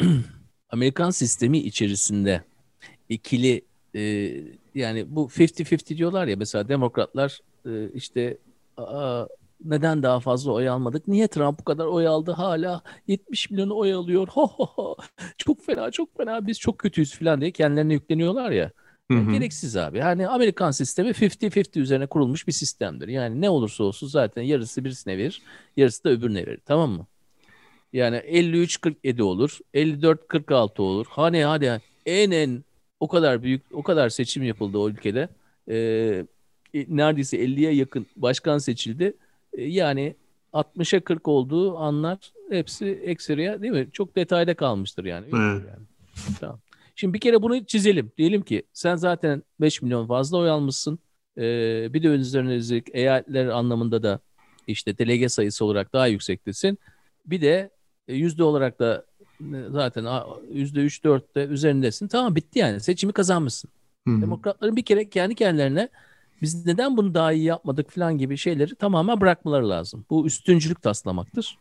Amerikan sistemi içerisinde ikili e, yani bu 50-50 diyorlar ya, mesela demokratlar işte "Aa, neden daha fazla oy almadık? Niye Trump bu kadar oy aldı? Hala 70 milyon oy alıyor. Ho ho ho. Çok fena, çok fena. Biz çok kötüyüz falan diye kendilerine yükleniyorlar ya. Hı Ya hı. gereksiz abi. Yani Amerikan sistemi 50-50 üzerine kurulmuş bir sistemdir. Yani ne olursa olsun zaten yarısı birisine verir, yarısı da öbürüne verir. Tamam mı? Yani 53-47 olur. 54-46 olur. Hadi en o kadar büyük, o kadar seçim yapıldı o ülkede. Ee, Neredeyse 50'ye yakın başkan seçildi. Yani 60'a 40 olduğu anlar hepsi ekseriye, değil mi? Çok detayda kalmıştır yani. Yoktur Evet. yani. Tamam. Şimdi bir kere bunu çizelim. Diyelim ki sen zaten 5 milyon fazla oy almışsın. Bir de üzerine üstelik eyaletler anlamında da işte delege sayısı olarak daha yüksektesin. Bir de yüzde olarak da zaten %3-4'te üzerindesin. Tamam, bitti yani. Seçimi kazanmışsın. Hı hı. Demokratların bir kere kendi kendilerine biz neden bunu daha iyi yapmadık falan gibi şeyleri tamamen bırakmaları lazım. Bu üstüncülük taslamaktır.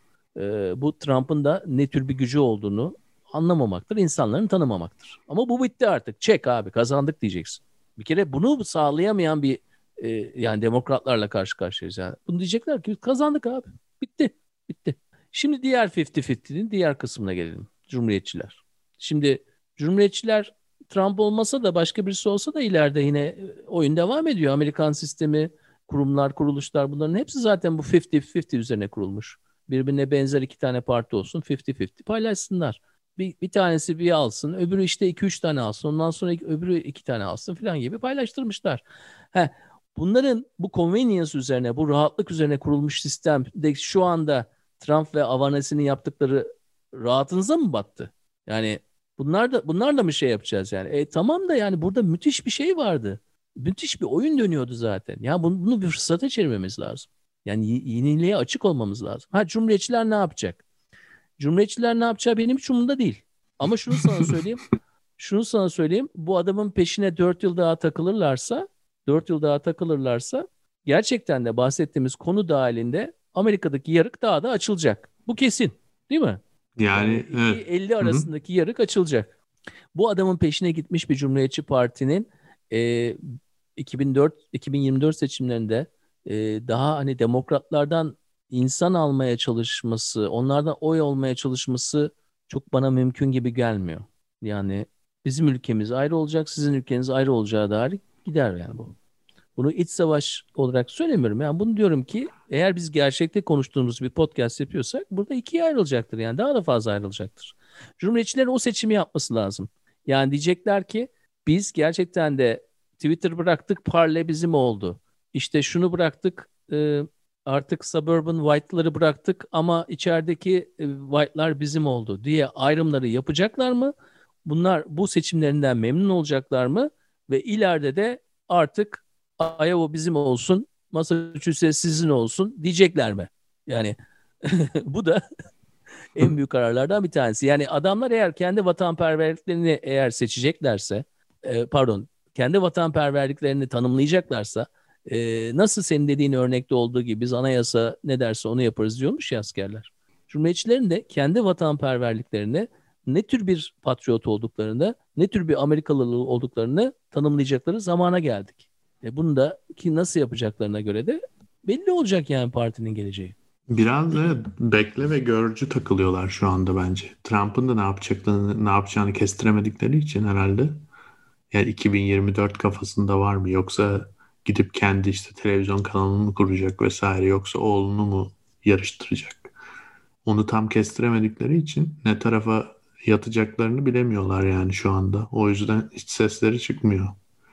Bu Trump'ın da ne tür bir gücü olduğunu anlamamaktır, insanların tanımamaktır. Ama bu bitti artık. Çek abi, kazandık diyeceksin. Bir kere bunu sağlayamayan bir yani demokratlarla karşı karşıyayız. Yani. Bunu diyecekler ki kazandık abi. Bitti. Bitti. Şimdi diğer 50-50'nin diğer kısmına gelelim. Cumhuriyetçiler. Şimdi Cumhuriyetçiler Trump olmasa da başka birisi olsa da ileride yine oyun devam ediyor. Amerikan sistemi, kurumlar, kuruluşlar, bunların hepsi zaten bu 50-50 üzerine kurulmuş. Birbirine benzer iki tane parti olsun, 50-50 paylaşsınlar. Bir tanesi bir alsın, öbürü işte iki üç tane alsın, ondan sonra öbürü iki tane alsın falan gibi paylaştırmışlar. Heh, bunların bu convenience üzerine, bu rahatlık üzerine kurulmuş sistemde şu anda Trump ve avanesinin yaptıkları rahatınıza mı battı? Yani bunlar da mı şey yapacağız yani? Tamam da yani burada müthiş bir şey vardı. Müthiş bir oyun dönüyordu zaten. Ya bunu bir fırsata çevirmemiz lazım. Yani yeniliğe açık olmamız lazım. Ha, Cumhuriyetçiler ne yapacak? Cumhuriyetçiler ne yapacağı benim hiç umurumda değil. Ama şunu sana söyleyeyim. Şunu sana söyleyeyim. Bu adamın peşine 4 yıl daha takılırlarsa, 4 yıl daha takılırlarsa gerçekten de bahsettiğimiz konu dahilinde Amerika'daki yarık daha da açılacak. Bu kesin, değil mi? Yani Yani evet. 2.50 Hı hı. arasındaki yarık açılacak. Bu adamın peşine gitmiş bir Cumhuriyetçi Parti'nin e, 2024 seçimlerinde e, daha hani demokratlardan insan almaya çalışması, onlardan oy olmaya çalışması çok bana mümkün gibi gelmiyor. Yani bizim ülkemiz ayrı olacak, sizin ülkeniz ayrı olacağı dair gider yani bu. Bunu iç savaş olarak söylemiyorum. Yani bunu diyorum ki eğer biz gerçekte konuştuğumuz bir podcast yapıyorsak burada ikiye ayrılacaktır. Yani daha da fazla ayrılacaktır. Cumhuriyetçilerin o seçimi yapması lazım. Yani diyecekler ki biz gerçekten de Twitter bıraktık, Parler bizim oldu. İşte şunu bıraktık, artık suburban white'ları bıraktık ama içerideki white'lar bizim oldu diye ayrımları yapacaklar mı? Bunlar bu seçimlerinden memnun olacaklar mı? Ve ileride de artık Iowa bizim olsun, Massachusetts sizin olsun diyecekler mi? Yani bu da en büyük kararlardan bir tanesi. Yani adamlar eğer kendi vatanperverliklerini eğer seçeceklerse, pardon, kendi vatanperverliklerini tanımlayacaklarsa, nasıl senin dediğin örnekte olduğu gibi biz anayasa ne derse onu yaparız diyormuş ya askerler. Cumhuriyetçilerin de kendi vatanperverliklerini, ne tür bir patriot olduklarını, ne tür bir Amerikalı olduklarını tanımlayacakları zamana geldik. Bunu da ki nasıl yapacaklarına göre de belli olacak yani partinin geleceği. Biraz evet, bekle ve görücü takılıyorlar şu anda bence. Trump'ın da ne yapacağını kestiremedikleri için herhalde. Yani 2024 kafasında var mı, yoksa gidip kendi işte televizyon kanalını mı kuracak vesaire, yoksa oğlunu mu yarıştıracak? Onu tam kestiremedikleri için ne tarafa yatacaklarını bilemiyorlar yani şu anda. O yüzden hiç sesleri çıkmıyor.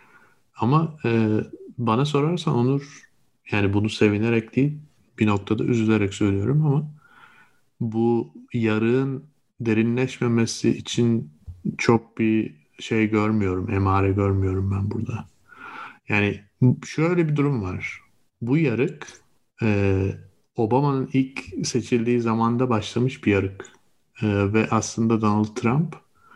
Ama bana sorarsan Onur, yani bunu sevinerek değil, bir noktada üzülerek söylüyorum ama bu yarığın derinleşmemesi için çok bir şey görmüyorum, emare görmüyorum ben burada. Yani şöyle bir durum var. Bu yarık e, Obama'nın ilk seçildiği zamanda başlamış bir yarık. Ve aslında Donald Trump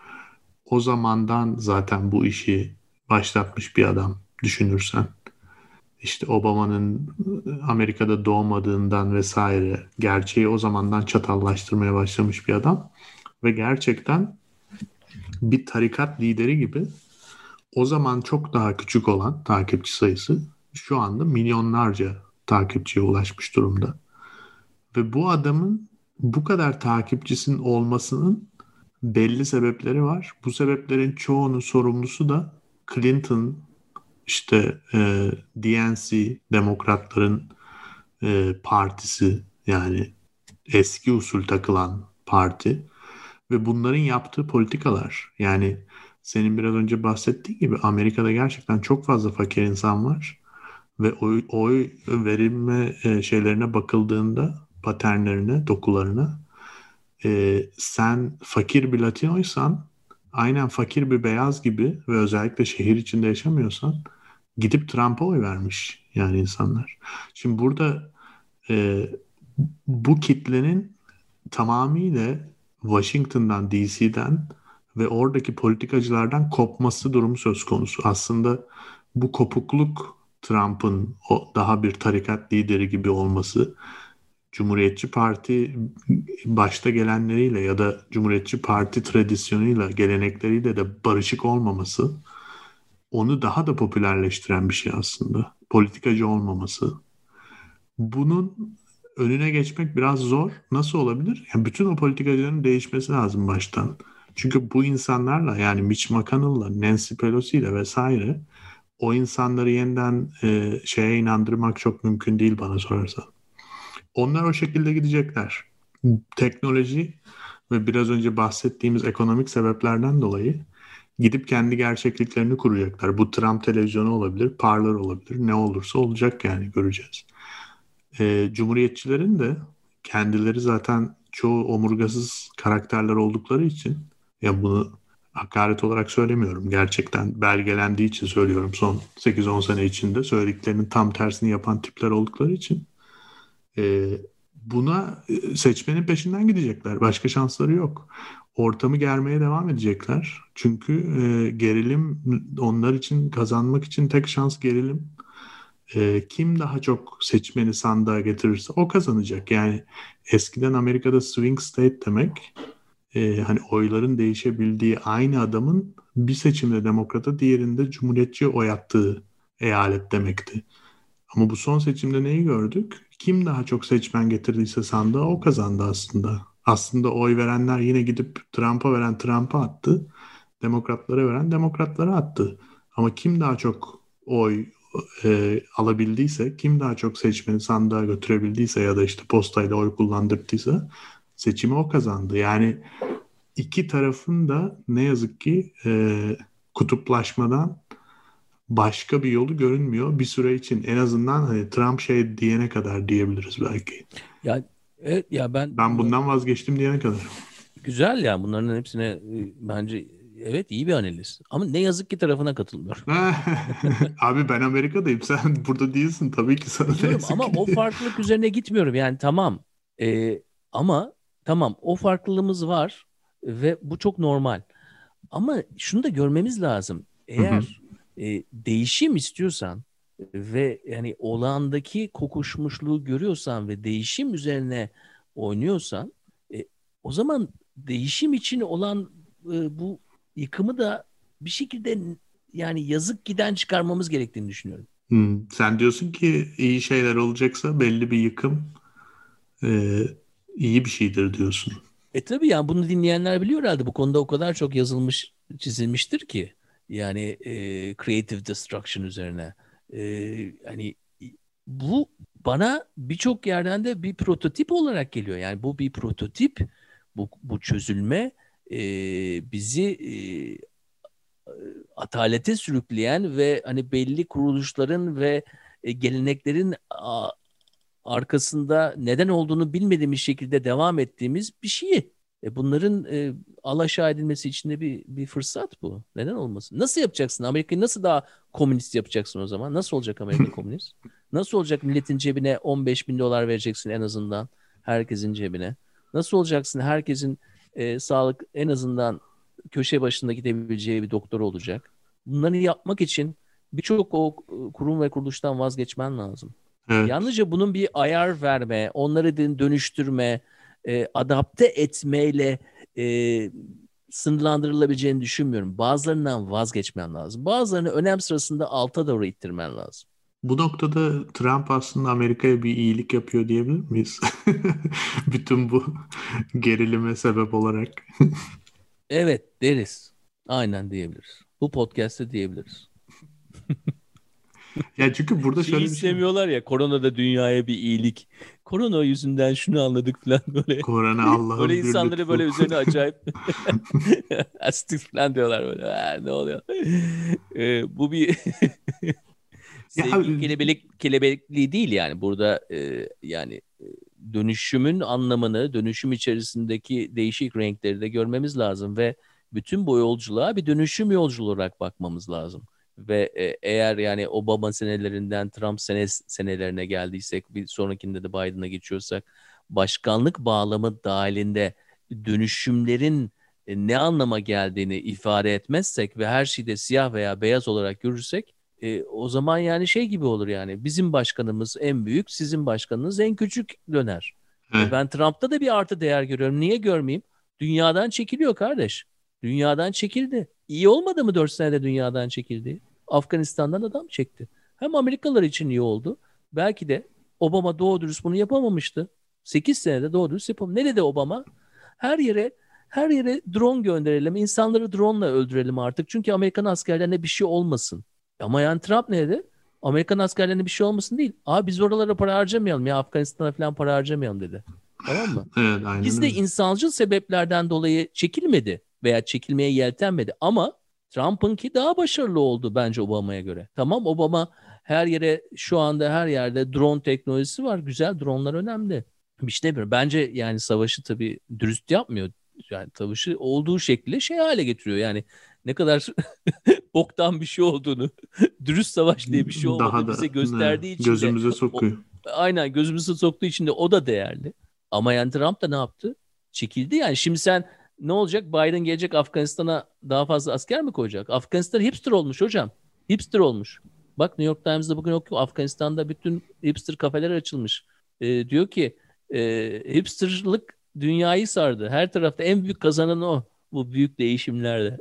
o zamandan zaten bu işi başlatmış bir adam düşünürsen. işte Obama'nın Amerika'da doğmadığından vesaire gerçeği o zamandan çatallaştırmaya başlamış bir adam ve gerçekten bir tarikat lideri gibi o zaman çok daha küçük olan takipçi sayısı şu anda milyonlarca takipçiye ulaşmış durumda. Ve bu adamın bu kadar takipçisinin olmasının belli sebepleri var. Bu sebeplerin çoğunun sorumlusu da Clinton, işte DNC, Demokratların partisi, yani eski usul takılan parti ve bunların yaptığı politikalar. Yani senin biraz önce bahsettiğin gibi Amerika'da gerçekten çok fazla fakir insan var ve oy verilme şeylerine bakıldığında, paternlerine, dokularına, sen fakir bir Latinoysan, aynen fakir bir beyaz gibi ve özellikle şehir içinde yaşamıyorsan gidip Trump'a oy vermiş yani insanlar. Şimdi burada e, bu kitlenin tamamıyla Washington'dan, DC'den ve oradaki politikacılardan kopması durumu söz konusu. Aslında bu kopukluk Trump'ın o daha bir tarikat lideri gibi olması, Cumhuriyetçi Parti başta gelenleriyle ya da Cumhuriyetçi Parti tradisyonuyla, gelenekleriyle de barışık olmaması onu daha da popülerleştiren bir şey aslında. Politikacı olmaması. Bunun önüne geçmek biraz zor. Nasıl olabilir? Yani bütün o politikacıların değişmesi lazım baştan. Çünkü bu insanlarla, yani Mitch McConnell'la, Nancy Pelosi'yle vesaire, o insanları yeniden şeye inandırmak çok mümkün değil bana sorarsan. Onlar o şekilde gidecekler. Teknoloji ve biraz önce bahsettiğimiz ekonomik sebeplerden dolayı gidip kendi gerçekliklerini kuracaklar. Bu Trump televizyonu olabilir, Parler olabilir, ne olursa olacak yani, göreceğiz. Cumhuriyetçilerin de kendileri zaten çoğu omurgasız karakterler oldukları için, ya bunu hakaret olarak söylemiyorum. Gerçekten belgelendiği için söylüyorum. Son 8-10 sene içinde söylediklerinin tam tersini yapan tipler oldukları için e, buna seçmenin peşinden gidecekler. Başka şansları yok. Ortamı germeye devam edecekler. Çünkü gerilim onlar için, kazanmak için tek şans gerilim. Kim daha çok seçmeni sandığa getirirse o kazanacak. Yani eskiden Amerika'da swing state demek, hani oyların değişebildiği, aynı adamın bir seçimde demokrata, diğerinde cumhuriyetçi oy attığı eyalet demekti. Ama bu son seçimde neyi gördük? Kim daha çok seçmen getirdiyse sandığa o kazandı aslında. Aslında oy verenler yine gidip Trump'a veren Trump'a attı. Demokratlara veren demokratlara attı. Ama kim daha çok oy alabildiyse, kim daha çok seçmeni sandığa götürebildiyse ya da işte postayla oy kullandırdıysa seçimi o kazandı. Yani iki tarafın da ne yazık ki kutuplaşmadan başka bir yolu görünmüyor bir süre için. En azından hani Trump şey diyene kadar diyebiliriz belki. Ya evet ya ben Ben bundan vazgeçtim diyene kadar. güzel ya bunların hepsine bence evet iyi bir analiz. Ama ne yazık ki tarafına katılmıyorum. Abi ben Amerika'dayım. Sen burada değilsin. Tabii ki sana ne Biliyorum yazık ama ki o diye. farklılık üzerine gitmiyorum. Yani tamam. Ama tamam o farklılığımız var ve bu çok normal. Ama şunu da görmemiz lazım. Hı hı. Eğer değişim istiyorsan ve yani olağandaki kokuşmuşluğu görüyorsan ve değişim üzerine oynuyorsan e, o zaman değişim için olan bu yıkımı da bir şekilde yani yazık giden çıkarmamız gerektiğini düşünüyorum. Sen diyorsun ki iyi şeyler olacaksa belli bir yıkım e, iyi bir şeydir diyorsun. Tabii yani bunu dinleyenler biliyor herhalde. Bu konuda o kadar çok yazılmış, çizilmiştir ki. Yani creative destruction üzerine. Hani bu bana birçok yerden de bir prototip olarak geliyor. Yani bu bir prototip, bu çözülme bizi atalete sürükleyen ve hani belli kuruluşların ve geleneklerin arkasında neden olduğunu bilmediğimiz şekilde devam ettiğimiz bir şey. Bunların alaşağı edilmesi için de bir fırsat bu. Neden olmasın? Nasıl yapacaksın? Amerika'yı nasıl daha komünist yapacaksın o zaman? Nasıl olacak Amerika komünist? Nasıl olacak milletin cebine 15 bin dolar vereceksin en azından herkesin cebine? Nasıl olacaksın? Herkesin sağlık en azından köşe başında gidebileceği bir doktor olacak. Bunları yapmak için birçok o kurum ve kuruluştan vazgeçmen lazım. Evet. Yalnızca bunun bir ayar verme, onları dönüştürme, adapte etmeyle e, sınırlandırılabileceğini düşünmüyorum. Bazılarından vazgeçmen lazım. Bazılarını önem sırasında alta doğru ittirmen lazım. Bu noktada Trump aslında Amerika'ya bir iyilik yapıyor diyebilir miyiz? Bütün bu gerilime sebep olarak. Evet deriz. Aynen diyebiliriz. Bu podcast'te diyebiliriz. Ya çünkü burada Şeyi şöyle bir şey var. istemiyorlar ya, korona da dünyaya bir iyilik. Korona yüzünden şunu anladık falan böyle. Korona Böyle Allah'ın bir insanları lütfu. böyle üzerine acayip astik falan diyorlar böyle. Ha, ne oluyor? Bu bir Ya sevgi kelebekliği değil yani. Burada yani dönüşümün anlamını, dönüşüm içerisindeki değişik renkleri de görmemiz lazım ve bütün bu yolculuğa bir dönüşüm yolculuğu olarak bakmamız lazım. Ve eğer yani Obama senelerinden Trump senelerine geldiysek, bir sonrakinde de Biden'a geçiyorsak, başkanlık bağlamı dahilinde dönüşümlerin ne anlama geldiğini ifade etmezsek ve her şeyde siyah veya beyaz olarak görürsek, o zaman yani şey gibi olur yani, bizim başkanımız en büyük, sizin başkanınız en küçük döner. evet, Ben Trump'ta da bir artı değer görüyorum. Niye görmeyeyim? Dünyadan çekiliyor kardeş. Dünyadan çekildi. İyi olmadı mı 4 senede dünyadan çekildi? Afganistan'dan adam çekti. Hem Amerikalılar için iyi oldu. Belki de Obama doğru dürüst bunu yapamamıştı. 8 senede doğru dürüst yapamadı. Ne dedi Obama? Her yere her yere drone gönderelim. İnsanları drone'la öldürelim artık. Çünkü Amerikan askerlerine bir şey olmasın. Ama yani Trump ne dedi? Amerikan askerlerine bir şey olmasın değil. Abi biz oralara para harcamayalım ya, Afganistan'a falan para harcamayalım dedi. Tamam mı? evet aynen Bizde öyle. insancıl sebeplerden dolayı çekilmedi veya çekilmeye yeltenmedi ama Trump'ınki daha başarılı oldu bence Obama'ya göre. Tamam, Obama her yere, şu anda her yerde drone teknolojisi var. Güzel, dronlar önemli. Bir şey demiyorum. Bence yani savaşı tabii dürüst yapmıyor. Yani savaşı olduğu şekilde şey hale getiriyor. Yani ne kadar boktan bir şey olduğunu, dürüst savaş diye bir şey Daha olmadığı bize da ne, gösterdiği için de gözümüze o, sokuyor. aynen gözümüzü soktuğu için de o da değerli. Ama yani Trump da ne yaptı? Çekildi yani. Şimdi sen, ne olacak? Biden gelecek, Afganistan'a daha fazla asker mi koyacak? Afganistan hipster olmuş hocam. Hipster olmuş. Bak, New York Times'da bugün okuyor. Afganistan'da bütün hipster kafeler açılmış. Diyor ki hipsterlık dünyayı sardı. Her tarafta en büyük kazanan o. Bu büyük değişimlerde.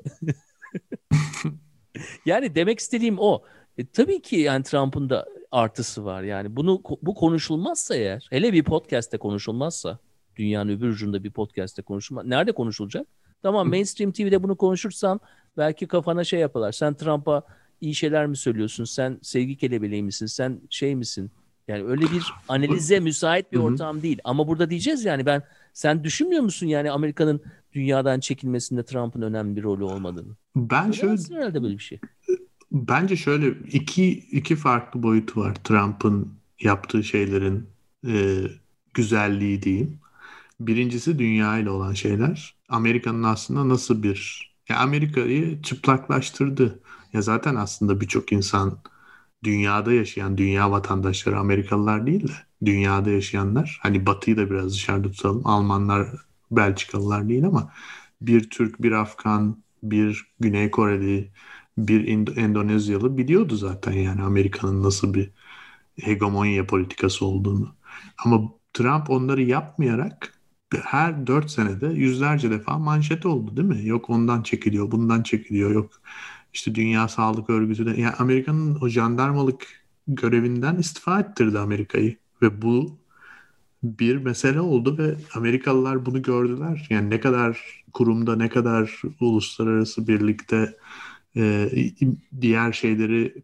Yani demek istediğim o. Tabii ki yani Trump'ın da artısı var. Yani bu konuşulmazsa eğer, hele bir podcast'te konuşulmazsa, dünyanın öbür ucunda bir podcast'te konuşulmaz. Nerede konuşulacak? Tamam, mainstream TV'de bunu konuşursan belki kafana şey yaparlar. Sen Trump'a iyi şeyler mi söylüyorsun? Sen sevgi kelebeği misin? Sen şey misin? Yani öyle bir analize müsait bir Hı hı. ortam değil. Ama burada diyeceğiz yani, sen düşünmüyor musun yani Amerika'nın dünyadan çekilmesinde Trump'ın önemli bir rolü olmadığını? Ben şöyle Söylemezsin herhalde böyle bir şey. Bence şöyle iki farklı boyutu var Trump'ın yaptığı şeylerin e, güzelliği diyeyim. Birincisi dünya ile olan şeyler. Amerika'nın aslında nasıl ya Amerika'yı çıplaklaştırdı. Ya zaten aslında birçok insan dünyada yaşayan dünya vatandaşları Amerikalılar değil de dünyada yaşayanlar, hani Batı'yı da biraz dışarıda tutalım. Almanlar, Belçikalılar değil ama bir Türk, bir Afgan, bir Güney Koreli, bir Endonezyalı biliyordu zaten yani Amerika'nın nasıl bir hegemonya politikası olduğunu. Ama Trump onları yapmayarak her 4 senede yüzlerce defa manşet oldu değil mi? Yok ondan çekiliyor, bundan çekiliyor, yok işte Dünya Sağlık Örgütü de, yani Amerika'nın o jandarmalık görevinden istifa ettirdi Amerika'yı ve bu bir mesele oldu ve Amerikalılar bunu gördüler. Yani ne kadar kurumda, ne kadar uluslararası birlikte e, diğer şeyleri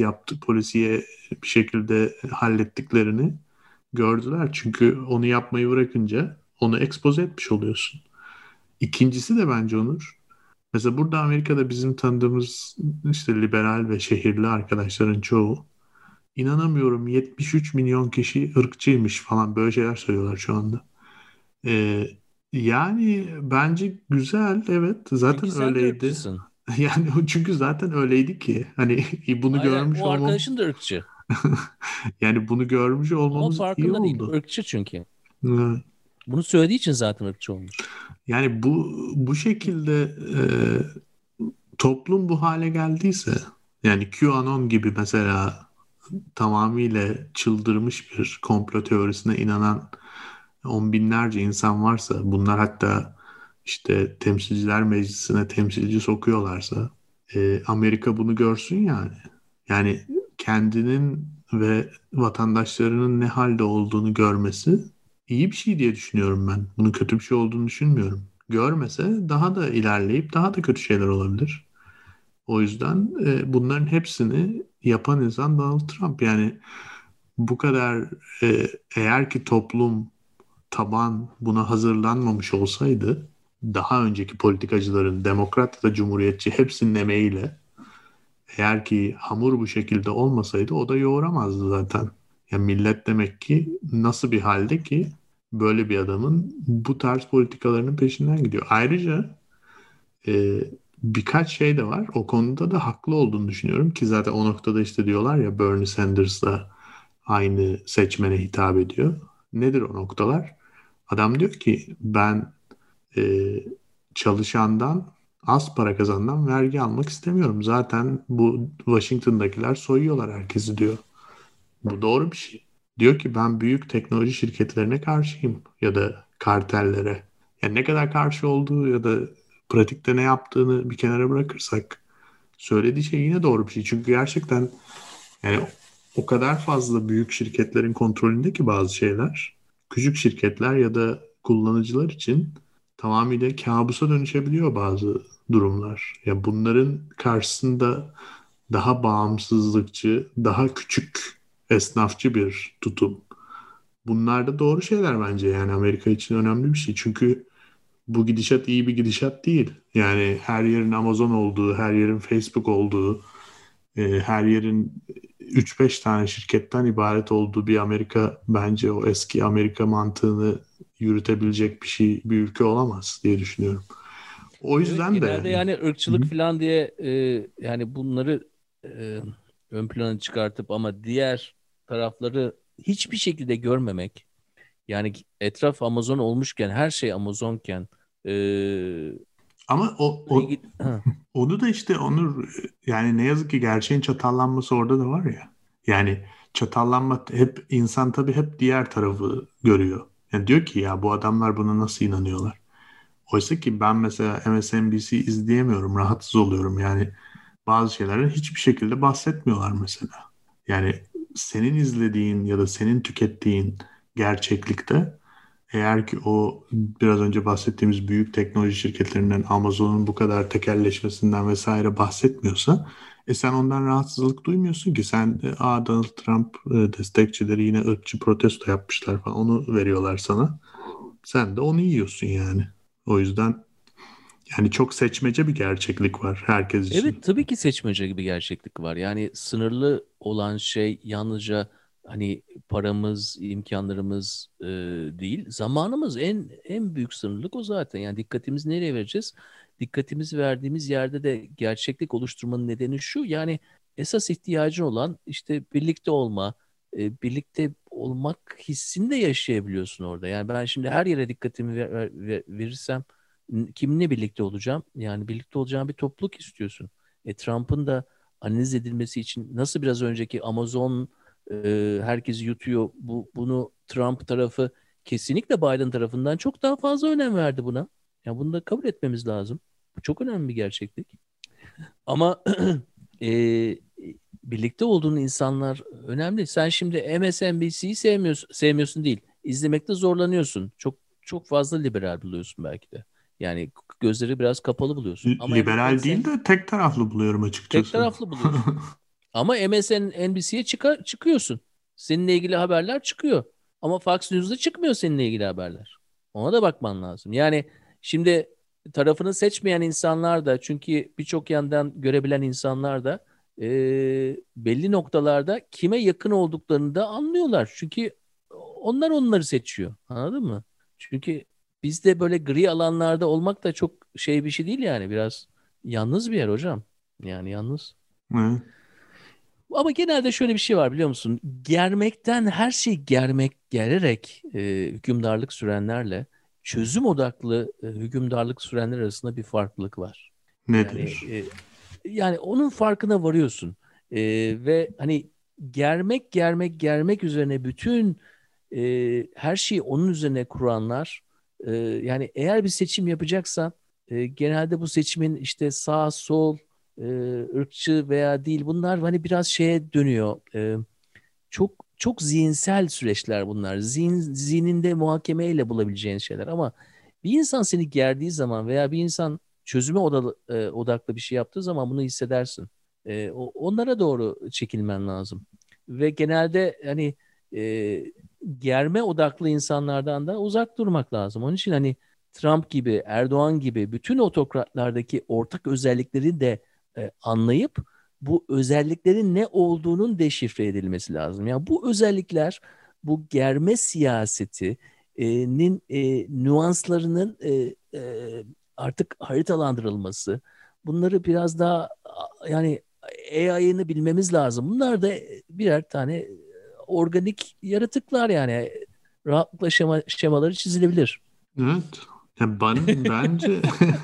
polisiye bir şekilde hallettiklerini gördüler. Çünkü onu yapmayı bırakınca onu expose etmiş oluyorsun. İkincisi de bence Onur. Mesela burada Amerika'da bizim tanıdığımız işte liberal ve şehirli arkadaşların çoğu, inanamıyorum 73 milyon kişi ırkçıymış falan, böyle şeyler söylüyorlar şu anda. Ee, Yani bence güzel, evet, zaten Çünkü sen de öyleydi. ırkçısın. Yani çünkü zaten öyleydi ki hani bunu Aynen, görmüş o olmam arkadaşın da ırkçı. yani bunu görmüş Ama olmamız iyi farkında değil. oldu. Irkçı çünkü. Evet. Bunu söylediği için zaten ırkçı olmuş. Yani bu şekilde toplum bu hale geldiyse, Yani QAnon gibi mesela tamamıyla çıldırmış bir komplo teorisine inanan on binlerce insan varsa, bunlar hatta işte Temsilciler Meclisi'ne temsilci sokuyorlarsa, Amerika bunu görsün yani. Yani kendinin ve vatandaşlarının ne halde olduğunu görmesi iyi bir şey diye düşünüyorum ben. Bunun kötü bir şey olduğunu düşünmüyorum. Görmese daha da ilerleyip daha da kötü şeyler olabilir. O yüzden bunların hepsini yapan insan Donald Trump. Yani bu kadar, eğer ki toplum, taban buna hazırlanmamış olsaydı, daha önceki politikacıların, demokrat ya da cumhuriyetçi, hepsinin emeğiyle, eğer ki hamur bu şekilde olmasaydı o da yoğuramazdı zaten. Yani millet demek ki nasıl bir halde ki böyle bir adamın bu tarz politikalarının peşinden gidiyor. Ayrıca e, birkaç şey de var. O konuda da haklı olduğunu düşünüyorum ki zaten o noktada işte diyorlar ya, Bernie Sanders'la aynı seçmene hitap ediyor. Nedir o noktalar? Adam diyor ki ben e, çalışandan, az para kazandan vergi almak istemiyorum. Zaten bu Washington'dakiler soyuyorlar herkesi diyor. Bu doğru bir şey. Diyor ki ben büyük teknoloji şirketlerine karşıyım ya da kartellere. Yani ne kadar karşı olduğu ya da pratikte ne yaptığını bir kenara bırakırsak, söylediği şey yine doğru bir şey. Çünkü gerçekten yani o kadar fazla büyük şirketlerin kontrolünde ki bazı şeyler, küçük şirketler ya da kullanıcılar için tamamıyla kabusa dönüşebiliyor bazı durumlar. Ya bunların karşısında daha bağımsızlıkçı, daha küçük esnafçı bir tutum. Bunlar da doğru şeyler bence, yani Amerika için önemli bir şey. Çünkü bu gidişat iyi bir gidişat değil. Yani her yerin Amazon olduğu, her yerin Facebook olduğu, her yerin üç beş tane şirketten ibaret olduğu bir Amerika, bence o eski Amerika mantığını yürütebilecek bir şey, bir ülke olamaz diye düşünüyorum. O Evet, yüzden de genelde yani Hı ırkçılık hı. falan diye yani bunları ön plana çıkartıp ama diğer tarafları hiçbir şekilde görmemek. Yani etraf Amazon olmuşken, her şey Amazonken e, Ama ilgili... Ha, onu da işte Onur, yani ne yazık ki gerçeğin çatallanması orada da var ya. Yani çatallanma, hep insan tabii hep diğer tarafı görüyor. Yani diyor ki ya bu adamlar buna nasıl inanıyorlar? Oysa ki ben mesela MSNBC izleyemiyorum, rahatsız oluyorum. Yani bazı şeylerden hiçbir şekilde bahsetmiyorlar mesela. Yani senin izlediğin ya da senin tükettiğin gerçeklikte, eğer ki o biraz önce bahsettiğimiz büyük teknoloji şirketlerinden, Amazon'un bu kadar tekelleşmesinden vesaire bahsetmiyorsa, sen ondan rahatsızlık duymuyorsun ki. Sen Donald Trump destekçileri yine ırkçı protesto yapmışlar falan, onu veriyorlar sana. Sen de onu yiyorsun yani. O yüzden yani çok seçmece bir gerçeklik var herkes evet, için. tabii ki seçmece gibi gerçeklik var. Yani sınırlı olan şey yalnızca hani paramız, imkanlarımız değil, zamanımız en büyük sınırlık o zaten. Yani dikkatimizi nereye vereceğiz? Dikkatimizi verdiğimiz yerde de gerçeklik oluşturmanın nedeni şu. Yani esas ihtiyacın olan işte birlikte olma, birlikte olmak hissini de yaşayabiliyorsun orada. Yani ben şimdi her yere dikkatimi verirsem kiminle birlikte olacağım? Yani birlikte olacağım bir topluluk istiyorsun. Trump'ın da analiz edilmesi için nasıl biraz önceki Amazon herkesi yutuyor. Bunu Trump tarafı kesinlikle Biden tarafından çok daha fazla önem verdi buna. Ya bunu da kabul etmemiz lazım. Bu çok önemli bir gerçeklik. Ama e, birlikte olduğun insanlar önemli. Sen şimdi MSNBC'yi sevmiyorsun değil. İzlemekte zorlanıyorsun. Çok fazla liberal buluyorsun belki de. Yani gözleri biraz kapalı buluyorsun. Ama Liberal değil de tek taraflı buluyorum tek açıkçası. taraflı buluyorsun. Ama MSNBC'ye çıkıyorsun. Seninle ilgili haberler çıkıyor. Ama Fox News'da çıkmıyor seninle ilgili haberler. Ona da bakman lazım. Yani şimdi tarafını seçmeyen insanlar da, çünkü birçok yandan görebilen insanlar da belli noktalarda kime yakın olduklarını da anlıyorlar. Çünkü onlar onları seçiyor. Anladın mı? Çünkü bizde böyle gri alanlarda olmak da çok şey bir şey değil yani. Biraz yalnız bir yer hocam. Yani yalnız. Evet. Ama genelde şöyle bir şey var, biliyor musun? Germekten, her şeyi gererek hükümdarlık sürenlerle çözüm odaklı hükümdarlık sürenler arasında bir farklılık var. Yani Nedir? Yani onun farkına varıyorsun. Ve hani germek üzerine bütün her şeyi onun üzerine kuranlar, yani eğer bir seçim yapacaksan genelde bu seçimin işte sağ sol, e, ırkçı veya değil, bunlar hani biraz şeye dönüyor. Çok çok zihinsel süreçler bunlar. Zihninde muhakemeyle bulabileceğin şeyler, ama bir insan seni gerdiği zaman veya bir insan çözüme odaklı bir şey yaptığı zaman bunu hissedersin. Onlara doğru çekilmen lazım. Ve genelde hani e, germe odaklı insanlardan da uzak durmak lazım. Onun için hani Trump gibi, Erdoğan gibi bütün otokratlardaki ortak özellikleri de anlayıp bu özelliklerin ne olduğunun deşifre edilmesi lazım. Yani bu özellikler, bu germe siyasetinin nüanslarının artık haritalandırılması, bunları biraz daha yani AI'ını bilmemiz lazım. Bunlar da birer tane organik yaratıklar yani. Rahatlıkla şemaları çizilebilir. Evet. Ya bence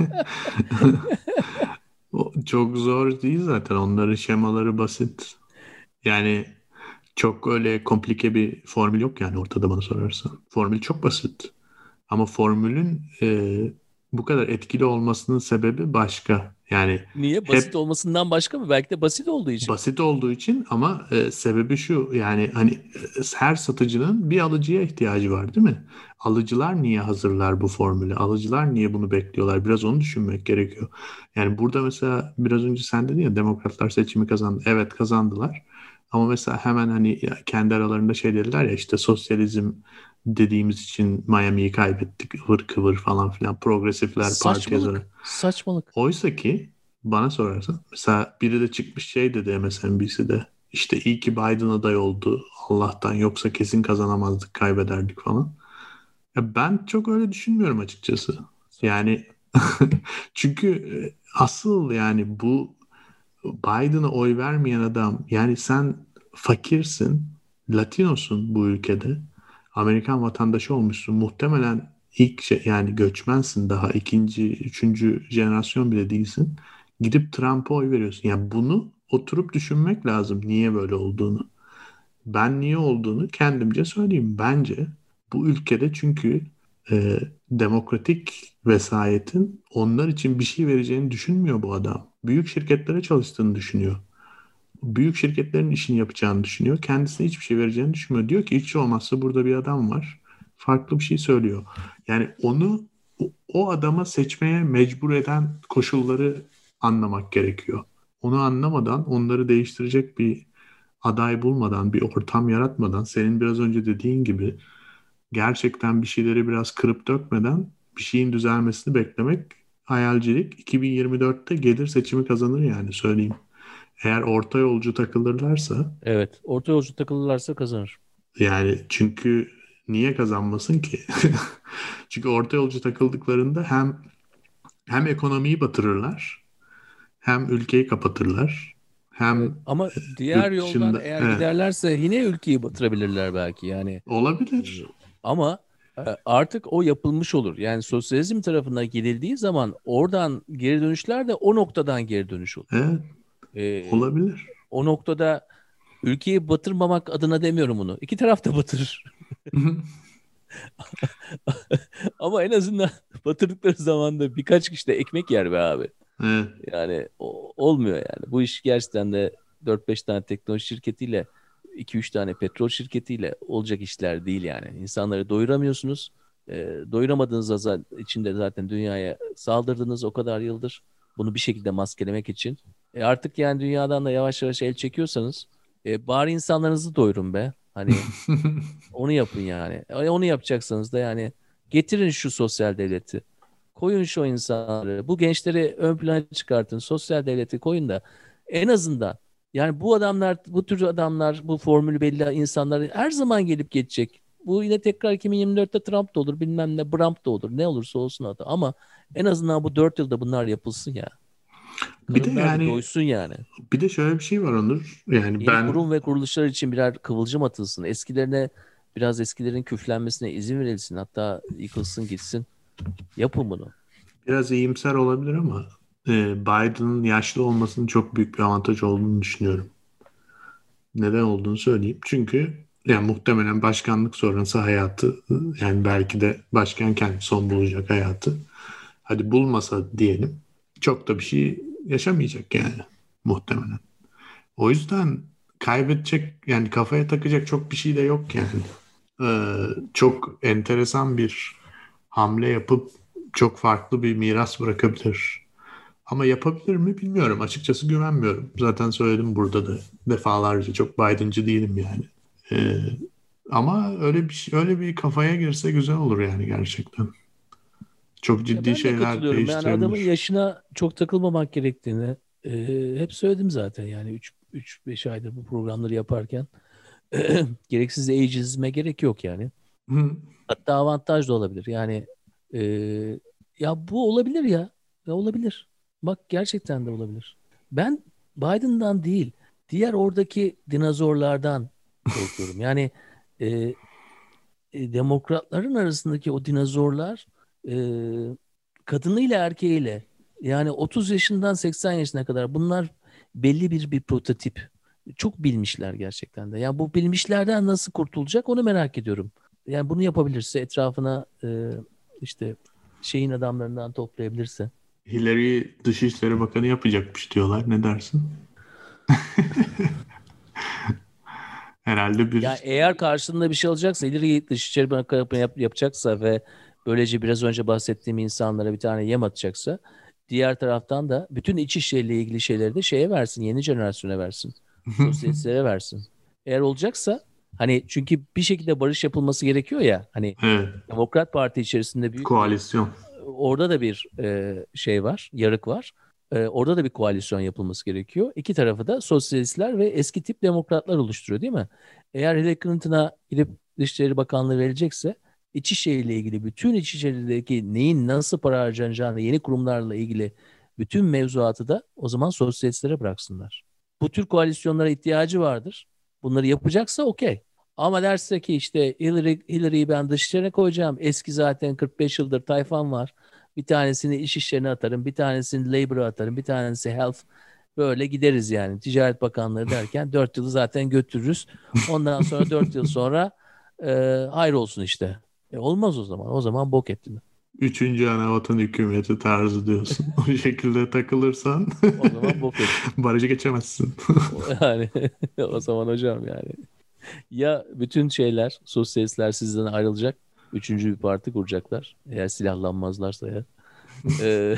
o çok zor değil zaten. Onların şemaları basit. Yani çok öyle komplike bir formül yok yani ortada bana sorarsan. Formül çok basit. Ama formülün bu kadar etkili olmasının sebebi başka. Yani Niye? Basit hep olmasından başka mı? Belki de basit olduğu için. basit olduğu için ama sebebi şu yani hani her satıcının bir alıcıya ihtiyacı var değil mi? Alıcılar niye hazırlar bu formülü? Alıcılar niye bunu bekliyorlar? Biraz onu düşünmek gerekiyor. Yani burada mesela biraz önce sen dedin ya demokratlar seçimi kazandı. Evet kazandılar. Ama mesela hemen hani kendi aralarında şey dediler ya işte sosyalizm dediğimiz için Miami'yi kaybettik. Ivır kıvır falan filan. Progresifler parti yazarı. Saçmalık. Saçmalık. Oysa ki bana sorarsan mesela biri de çıkmış şey dedi MSNBC'de işte iyi ki Biden aday oldu Allah'tan yoksa kesin kazanamazdık kaybederdik falan. Ya ben çok öyle düşünmüyorum açıkçası. Yani Saçmalık. çünkü asıl yani bu Biden'a oy vermeyen adam yani sen fakirsin, Latinosun bu ülkede. Amerikan vatandaşı olmuşsun. Muhtemelen ilk şey yani göçmensin daha ikinci, üçüncü jenerasyon bile değilsin. Gidip Trump'a oy veriyorsun. Yani bunu oturup düşünmek lazım niye böyle olduğunu. Ben niye olduğunu kendimce söyleyeyim. Bence bu ülkede çünkü demokratik vesayetin onlar için bir şey vereceğini düşünmüyor bu adam. Büyük şirketlere çalıştığını düşünüyor. Büyük şirketlerin işini yapacağını düşünüyor. Kendisine hiçbir şey vereceğini düşünmüyor. Diyor ki hiç olmazsa burada bir adam var. Farklı bir şey söylüyor. Yani onu o adama seçmeye mecbur eden koşulları anlamak gerekiyor. Onu anlamadan, onları değiştirecek bir aday bulmadan, bir ortam yaratmadan, senin biraz önce dediğin gibi gerçekten bir şeyleri biraz kırıp dökmeden bir şeyin düzelmesini beklemek hayalcilik. 2024'te gelir seçimi kazanır yani söyleyeyim. Eğer orta yolcu takılırlarsa Evet. Orta yolcu takılırlarsa kazanır. yani çünkü niye kazanmasın ki? Çünkü orta yolcu takıldıklarında hem ekonomiyi batırırlar, hem ülkeyi kapatırlar, Evet. hem Ama diğer yurt yoldan dışında eğer evet giderlerse yine ülkeyi batırabilirler belki yani. E, olabilir. Ama artık o yapılmış olur. Yani sosyalizm tarafına gidildiği zaman oradan geri dönüşler de o noktadan geri dönüş olur. Evet E, olabilir. O noktada ülkeyi batırmamak adına demiyorum bunu. İki taraf da batırır. Ama en azından batırdıkları zaman da birkaç kişi de ekmek yer be abi. Evet. Yani olmuyor yani. Bu iş gerçekten de dört beş tane teknoloji şirketiyle, iki üç tane petrol şirketiyle olacak işler değil yani. İnsanları doyuramıyorsunuz. Doyuramadığınız içinde zaten dünyaya saldırdınız o kadar yıldır. Bunu bir şekilde maskelemek için. Artık yani dünyadan da yavaş yavaş el çekiyorsanız bari insanlarınızı doyurun be. Hani onu yapın yani. Onu yapacaksanız da yani getirin şu sosyal devleti. Koyun şu insanları. Bu gençleri ön plana çıkartın. Sosyal devleti koyun da en azından yani bu adamlar, bu tür adamlar, bu formülü belli insanlar her zaman gelip geçecek. Bu yine tekrar 2024'te Trump da olur, bilmem ne, Trump da olur. Ne olursa olsun adı. Ama en azından bu 4 yılda bunlar yapılsın ya. Bir de Karınlar bir yani doysun yani. bir de şöyle bir şey var Onur. Yani Yeni ben kurum ve kuruluşlar için birer kıvılcım atılsın. Biraz eskilerin küflenmesine izin verilsin. Hatta yıkılsın gitsin. Yapın bunu. biraz iyimser olabilir ama Biden'ın yaşlı olmasının çok büyük bir avantaj olduğunu düşünüyorum. Neden olduğunu söyleyeyim. Çünkü yani muhtemelen başkanlık sonrası hayatı, yani belki de başkanken son bulacak hayatı. Hadi bulmasa diyelim, çok da bir şey yaşamayacak yani muhtemelen. O yüzden kaybedecek, yani kafaya takacak çok bir şey de yok yani. Çok enteresan bir hamle yapıp çok farklı bir miras bırakabilir. Ama yapabilir mi bilmiyorum. Açıkçası güvenmiyorum. Zaten söyledim burada da defalarca, çok Biden'cı değilim yani. Ee, ama öyle bir öyle bir kafaya girse güzel olur yani gerçekten. Çok Ya ciddi ben de şeyler katılıyorum. Yani adamın değiştirebilir. yaşına çok takılmamak gerektiğini hep söyledim zaten. Yani 3-5 aydır bu programları yaparken gereksiz ageizm'e gerek yok yani. Hı. Hatta avantaj da olabilir. Yani e, ya bu olabilir ya. Ya olabilir. Bak gerçekten de olabilir. Ben Biden'dan değil, diğer oradaki dinozorlardan korkuyorum. Yani e, demokratların arasındaki o dinozorlar e, kadınıyla erkeğiyle yani 30 yaşından 80 yaşına kadar bunlar belli bir prototip. Çok bilmişler gerçekten de. Yani bu bilmişlerden nasıl kurtulacak onu merak ediyorum. Yani bunu yapabilirse etrafına işte şeyin adamlarından toplayabilirse. Hillary Dışişleri Bakanı yapacakmış diyorlar. Ne dersin? Herhalde Ya bir eğer karşılığında bir şey alacaksa, ileri Dışişleri Bakanı yapacaksa ve böylece biraz önce bahsettiğim insanlara bir tane yem atacaksa, diğer taraftan da bütün iç işleriyle ilgili şeyleri de şeye versin, yeni jenerasyona versin. Sosyalistlere versin. Eğer olacaksa hani çünkü bir şekilde barış yapılması gerekiyor ya hani evet, Demokrat Parti içerisinde büyük bir koalisyon. orada da bir şey var, yarık var. Orada da bir koalisyon yapılması gerekiyor. İki tarafı da sosyalistler ve eski tip demokratlar oluşturuyor, değil mi? Eğer Hillary Clinton'a gidip Dışişleri Bakanlığı verecekse İçişleri'yle ilgili bütün İçişleri'deki neyin nasıl para harcanacağını yeni kurumlarla ilgili bütün mevzuatı da o zaman sosyalistlere bıraksınlar. Bu tür koalisyonlara ihtiyacı vardır. Bunları yapacaksa okey. Ama derse ki işte Hillary'yi ben dışişlerine koyacağım. Eski zaten 45 yıldır tayfam var. Bir tanesini iş işlerine atarım. Bir tanesini Labor'a atarım. Bir tanesi Health. Böyle gideriz yani. Ticaret Bakanlığı derken 4 yılı zaten götürürüz. Ondan sonra 4 yıl sonra e, hayrolsun işte. Olmaz o zaman. O zaman bok ettin. Üçüncü anavatan hükümeti tarzı diyorsun. O şekilde takılırsan O zaman bok ettin. barajı geçemezsin. Yani o zaman hocam yani. Ya bütün şeyler, sosyalistler sizden ayrılacak. Üçüncü bir parti kuracaklar. Eğer silahlanmazlarsa ya. Ee,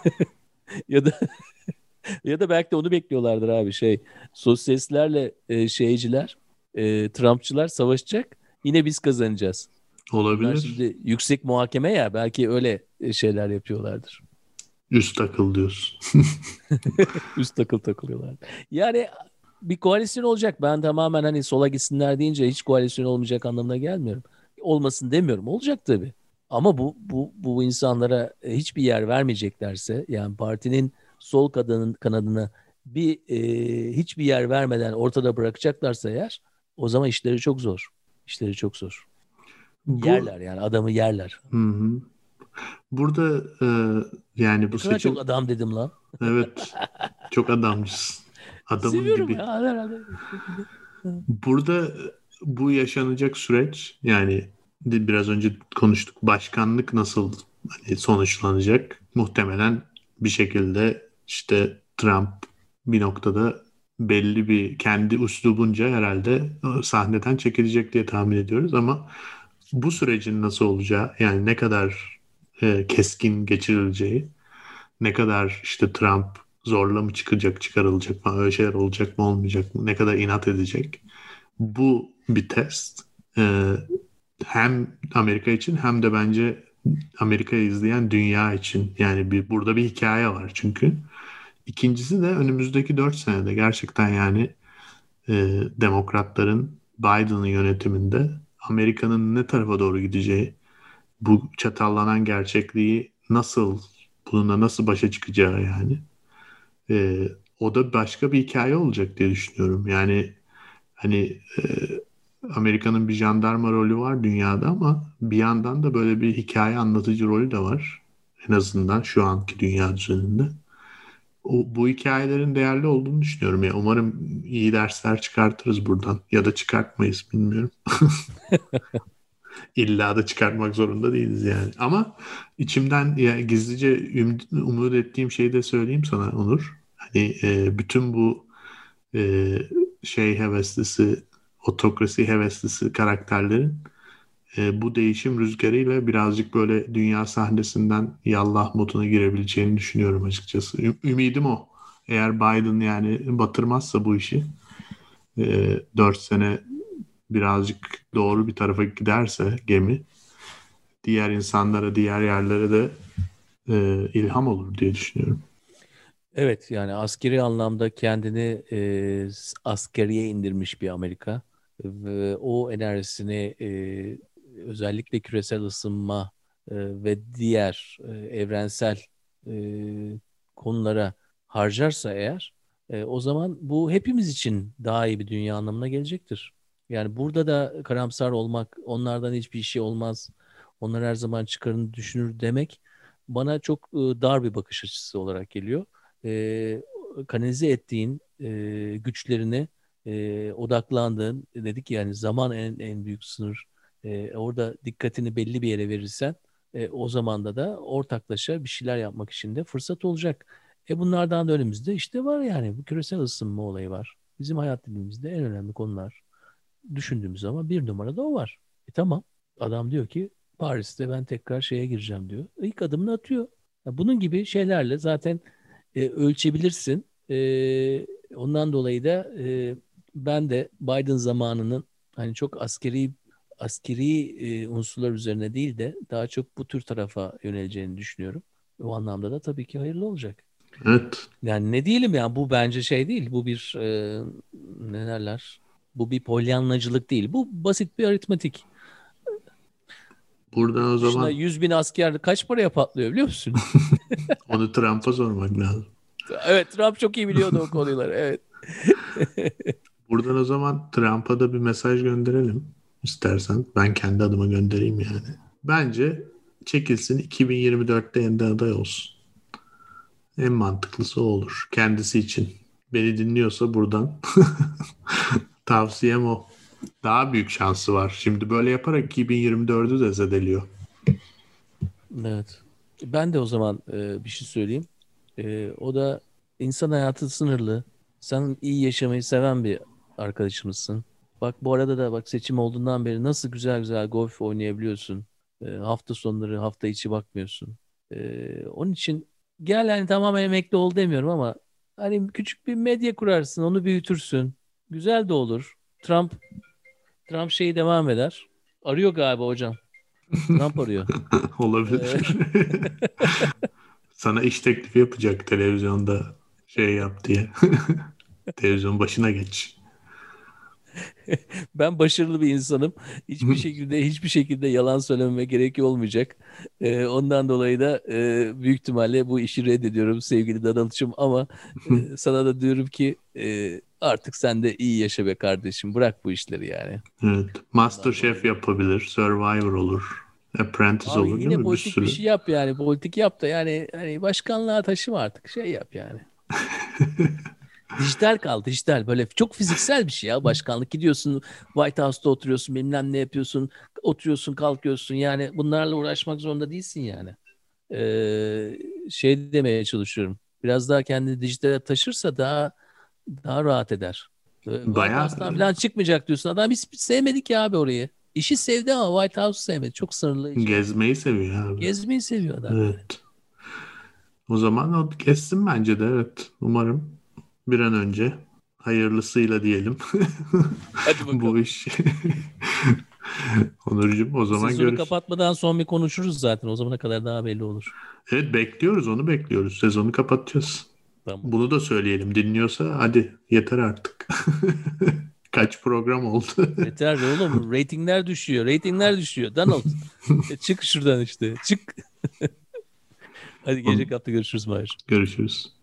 ya da ya da belki de onu bekliyorlardır abi şey. Sosyalistlerle şeyciler, Trumpçılar savaşacak. Yine biz kazanacağız. Bunlar Olabilir. şimdi yüksek muhakeme ya belki öyle şeyler yapıyorlardır. Üst takıl diyorsun. Üst takılıyorlar. Yani bir koalisyon olacak. Ben tamamen hani sola gitsinler deyince hiç koalisyon olmayacak anlamına gelmiyorum. Olmasın demiyorum. Olacak tabii. Ama bu insanlara hiçbir yer vermeyeceklerse yani partinin sol kanadına hiçbir yer vermeden ortada bırakacaklarsa eğer o zaman işleri çok zor. İşleri çok zor. Bu Yerler yani adamı yerler. hı hı. Burada yani Ne bu kadar çok seçim, adam dedim lan. evet, çok adamcısın. Adamın Seviyorum dibi. ya herhalde bir şekilde. Burada bu yaşanacak süreç, yani biraz önce konuştuk, başkanlık nasıl hani sonuçlanacak? Muhtemelen bir şekilde işte Trump bir noktada belli bir kendi üslubunca herhalde sahneden çekilecek diye tahmin ediyoruz, ama bu sürecin nasıl olacağı, yani ne kadar keskin geçirileceği, ne kadar işte Trump zorla mı çıkacak, çıkarılacak mı, öyle şeyler olacak mı, olmayacak mı, ne kadar inat edecek, bu bir test. Hem Amerika için hem de bence Amerika'yı izleyen dünya için. Yani burada bir hikaye var çünkü. İkincisi de önümüzdeki 4 senede gerçekten yani demokratların Biden'ın yönetiminde Amerika'nın ne tarafa doğru gideceği, bu çatallanan gerçekliği nasıl, bununla nasıl başa çıkacağı yani. E, o da başka bir hikaye olacak diye düşünüyorum. Yani hani Amerika'nın bir jandarma rolü var dünyada, ama bir yandan da böyle bir hikaye anlatıcı rolü de var. En azından şu anki dünya düzeninde. bu hikayelerin değerli olduğunu düşünüyorum. Ya umarım iyi dersler çıkartırız buradan ya da çıkartmayız, bilmiyorum. İlla da çıkartmak zorunda değiliz yani. Ama içimden ya gizlice umut ettiğim şeyi de söyleyeyim sana Onur. Hani bütün bu e, şey heveslisi, otokrasi heveslisi karakterlerin bu değişim rüzgarıyla birazcık böyle dünya sahnesinden yallah moduna girebileceğini düşünüyorum açıkçası. Ümidim o. Eğer Biden yani batırmazsa bu işi 4 sene birazcık doğru bir tarafa giderse gemi, diğer insanlara, diğer yerlere de ilham olur diye düşünüyorum. Evet, yani askeri anlamda kendini askeriye indirmiş bir Amerika ve o enerjisini özellikle küresel ısınma ve diğer evrensel e, konulara harcarsa eğer, o zaman bu hepimiz için daha iyi bir dünya anlamına gelecektir. Yani burada da karamsar olmak, onlardan hiçbir şey olmaz, onlar her zaman çıkarını düşünür demek bana çok dar bir bakış açısı olarak geliyor. e, Kanalize ettiğin güçlerini odaklandığın, dedik yani zaman en büyük sınır. Orada dikkatini belli bir yere verirsen o zamanda da ortaklaşa bir şeyler yapmak için de fırsat olacak. Bunlardan da önümüzde işte var, yani bu küresel ısınma olayı var. Bizim hayat dilimizde en önemli konular düşündüğümüz zaman bir numarada o var. Tamam, adam diyor ki Paris'te ben tekrar şeye gireceğim diyor. İlk adımını atıyor. Bunun gibi şeylerle zaten ölçebilirsin. Ondan dolayı da ben de Biden zamanının hani çok askeri unsurlar üzerine değil de daha çok bu tür tarafa yöneleceğini düşünüyorum. O anlamda da tabii ki hayırlı olacak. Evet. Yani ne diyelim, yani bu bence şey değil. Bu bir ne derler? Bu bir polyanlacılık değil. Bu basit bir aritmetik. Buradan o Dışına zaman 100 bin asker kaç paraya patlıyor biliyor musun? onu Trump'a sormak lazım. Evet, Trump çok iyi biliyordu o konuları. Evet. Buradan o zaman Trump'a da bir mesaj gönderelim istersen. Ben kendi adıma göndereyim yani. Bence çekilsin, 2024'te yeniden aday olsun. En mantıklısı o olur kendisi için. Beni dinliyorsa buradan tavsiyem o. Daha büyük şansı var. Şimdi böyle yaparak 2024'ü de zedeliyor. Evet. Ben de o zaman bir şey söyleyeyim. O da insan hayatı sınırlı. Sen iyi yaşamayı seven bir arkadaşımızsın. Bak bu arada da bak, seçim olduğundan beri nasıl güzel güzel golf oynayabiliyorsun. Hafta sonları, hafta içi bakmıyorsun. Onun için gel, hani tamamen emekli ol demiyorum ama hani küçük bir medya kurarsın, onu büyütürsün. Güzel de olur. Trump şeyi devam eder. Arıyor galiba hocam. Trump arıyor. Olabilir. Ee, Sana iş teklifi yapacak televizyonda şey yap diye. Televizyon başına geç. Ben başarılı bir insanım. Hiçbir şekilde yalan söylememe gerek olmayacak. Ondan dolayı da büyük ihtimalle bu işi reddediyorum sevgili Danılçım, ama sana da diyorum ki artık sen de iyi yaşa be kardeşim. Bırak bu işleri yani. Evet. Ondan MasterChef dolayı da. yapabilir. Survivor olur. Apprentice Abi olur değil yine mi? Bir politik bir sürü. şey yap yani. Politik yap da yani hani başkanlığa taşıma artık. Şey yap yani. Dijital kal, dijital. Böyle çok fiziksel bir şey ya başkanlık. Gidiyorsun White House'ta oturuyorsun, bilmem ne yapıyorsun. Oturuyorsun, kalkıyorsun. Yani bunlarla uğraşmak zorunda değilsin yani. Şey demeye çalışıyorum. Biraz daha kendini dijitale taşırsa daha rahat eder. White Bayağı House'tan falan çıkmayacak diyorsun. Adam hiç sevmedi ki abi orayı. İşi sevdi ama White House'u sevmedi. Çok sınırlayıcı yani. gezmeyi seviyor abi. Gezmeyi seviyor adam yani. Evet. O zaman o kessin bence de, evet. Umarım bir an önce hayırlısıyla diyelim. Hadi Bu bakalım. iş. Onurcuğum, o Bu zaman sezonu görüş. kapatmadan son bir konuşuruz zaten. O zamana kadar daha belli olur. Evet, bekliyoruz, onu bekliyoruz. Sezonu kapatacağız. Tamam. Bunu da söyleyelim. Dinliyorsa hadi yeter artık. Kaç program oldu? Yeter de oğlum. Ratingler düşüyor. Ratingler düşüyor. Donald. Çık şuradan işte. Çık. Hadi gelecek hafta görüşürüz Mahir. Görüşürüz.